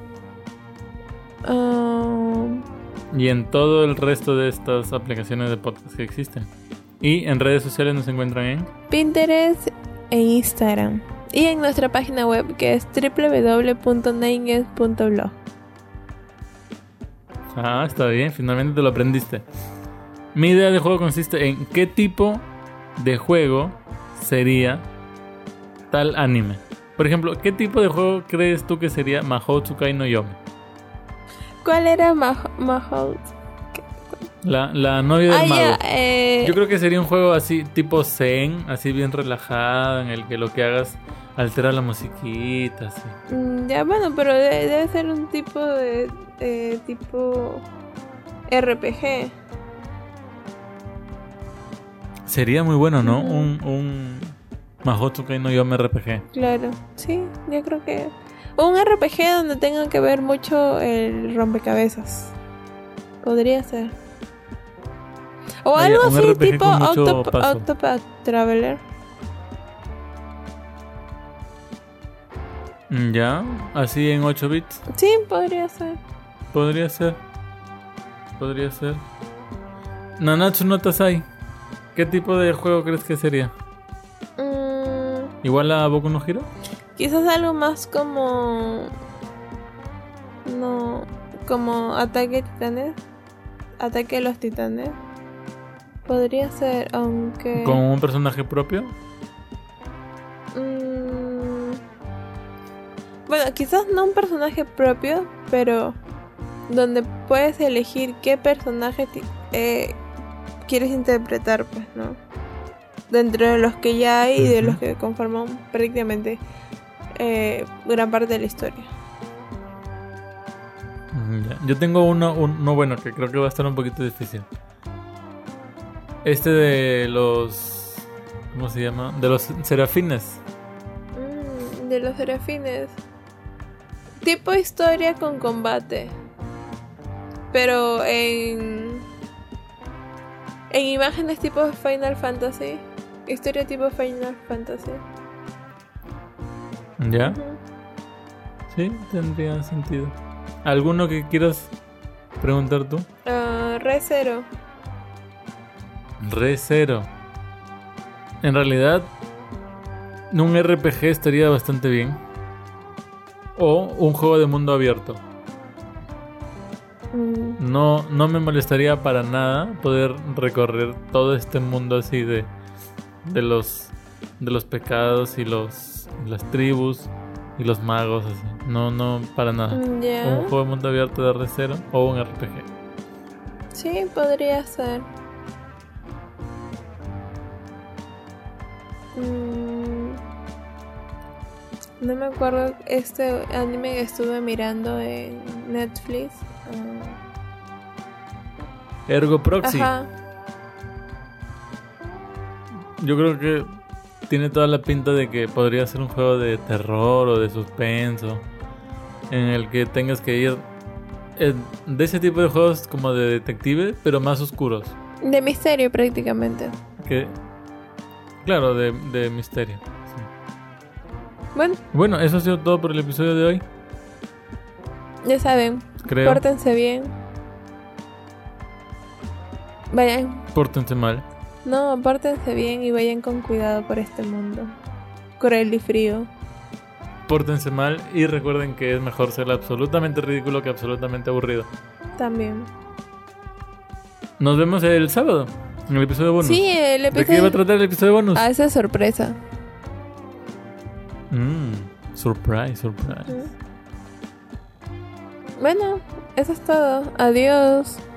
Um... Y en todo el resto de estas aplicaciones de podcast que existen. Y en redes sociales nos encuentran en Pinterest e Instagram. Y en nuestra página web, que es doble u doble u doble u punto nine guest punto blog. Ah, está bien, finalmente te lo aprendiste. Mi idea de juego consiste en qué tipo de juego sería tal anime. Por ejemplo, ¿qué tipo de juego crees tú que sería Mahou Tsukai no Yome? ¿Cuál era Mahou? Mahou? La, la novia del Ah, mago. ya, eh... Yo creo que sería un juego así tipo zen, así bien relajado, en el que lo que hagas altera la musiquita, así. mm, ya, bueno, pero de- debe ser un tipo de... eh, tipo... R P G. Sería muy bueno, ¿no? Ujú. Un, un Mahou Tsukai no Yome R P G. Claro, sí, yo creo que... Un R P G donde tenga que ver mucho el rompecabezas. Podría ser. O Ah, ya, algo un así R P G tipo con mucho Octop- puzzle. Octopath Traveler. Mm, Ya, así en ocho bits. Sí, podría ser. Podría ser. Podría ser. Nanatsu no Taizai. ¿Qué tipo de juego crees que sería? Mm, ¿Igual a Boku no Hero? quizás algo más como... No... Como Ataque de Titanes. Ataque de los Titanes. Podría ser, aunque... ¿Con un personaje propio? Mm, bueno, quizás no un personaje propio, pero donde puedes elegir qué personaje ti- eh, quieres interpretar, pues, ¿no? Dentro de los que ya hay y de Ujú. los que conforman prácticamente eh, gran parte de la historia. Mm, ya. Yo tengo uno, uno bueno que creo que va a estar un poquito difícil. Este de los... ¿Cómo se llama? De los serafines. Mm, de los serafines. Tipo historia con combate. Pero en... En imágenes tipo Final Fantasy. Historia tipo Final Fantasy. ¿Ya? Ujú. Sí, tendría sentido. ¿Alguno que quieras preguntar tú? Ah, Re Zero. Re Zero. En realidad, un R P G estaría bastante bien. O un juego de mundo abierto. Mm, No, no me molestaría para nada poder recorrer todo este mundo así de, de los de los pecados y los las tribus y los magos así. No, no para nada. mm, ya. Un juego de mundo abierto de Re Zero o un R P G. Sí, podría ser. Mm, no me acuerdo este anime que estuve mirando en Netflix. Ergo Ah, Proxy. ajá. Yo creo que tiene toda la pinta de que podría ser un juego de terror o de suspenso en el que tengas que ir eh, de ese tipo de juegos como de detective, pero más oscuros. De misterio prácticamente. Que claro, de, de misterio. Sí. Bueno, Bueno, eso ha sido todo por el episodio de hoy, ya saben, creo. pórtense bien. Vayan, Pórtense mal. no, pórtense bien y vayan con cuidado por este mundo cruel y frío. Pórtense mal y recuerden que es mejor ser absolutamente ridículo que absolutamente aburrido. También. Nos vemos el sábado en el episodio bonus. Sí, el ¿De qué episodio... iba a tratar el episodio bonus? Ah, esa es sorpresa. Mm, surprise, surprise. Bueno, eso es todo. Adiós.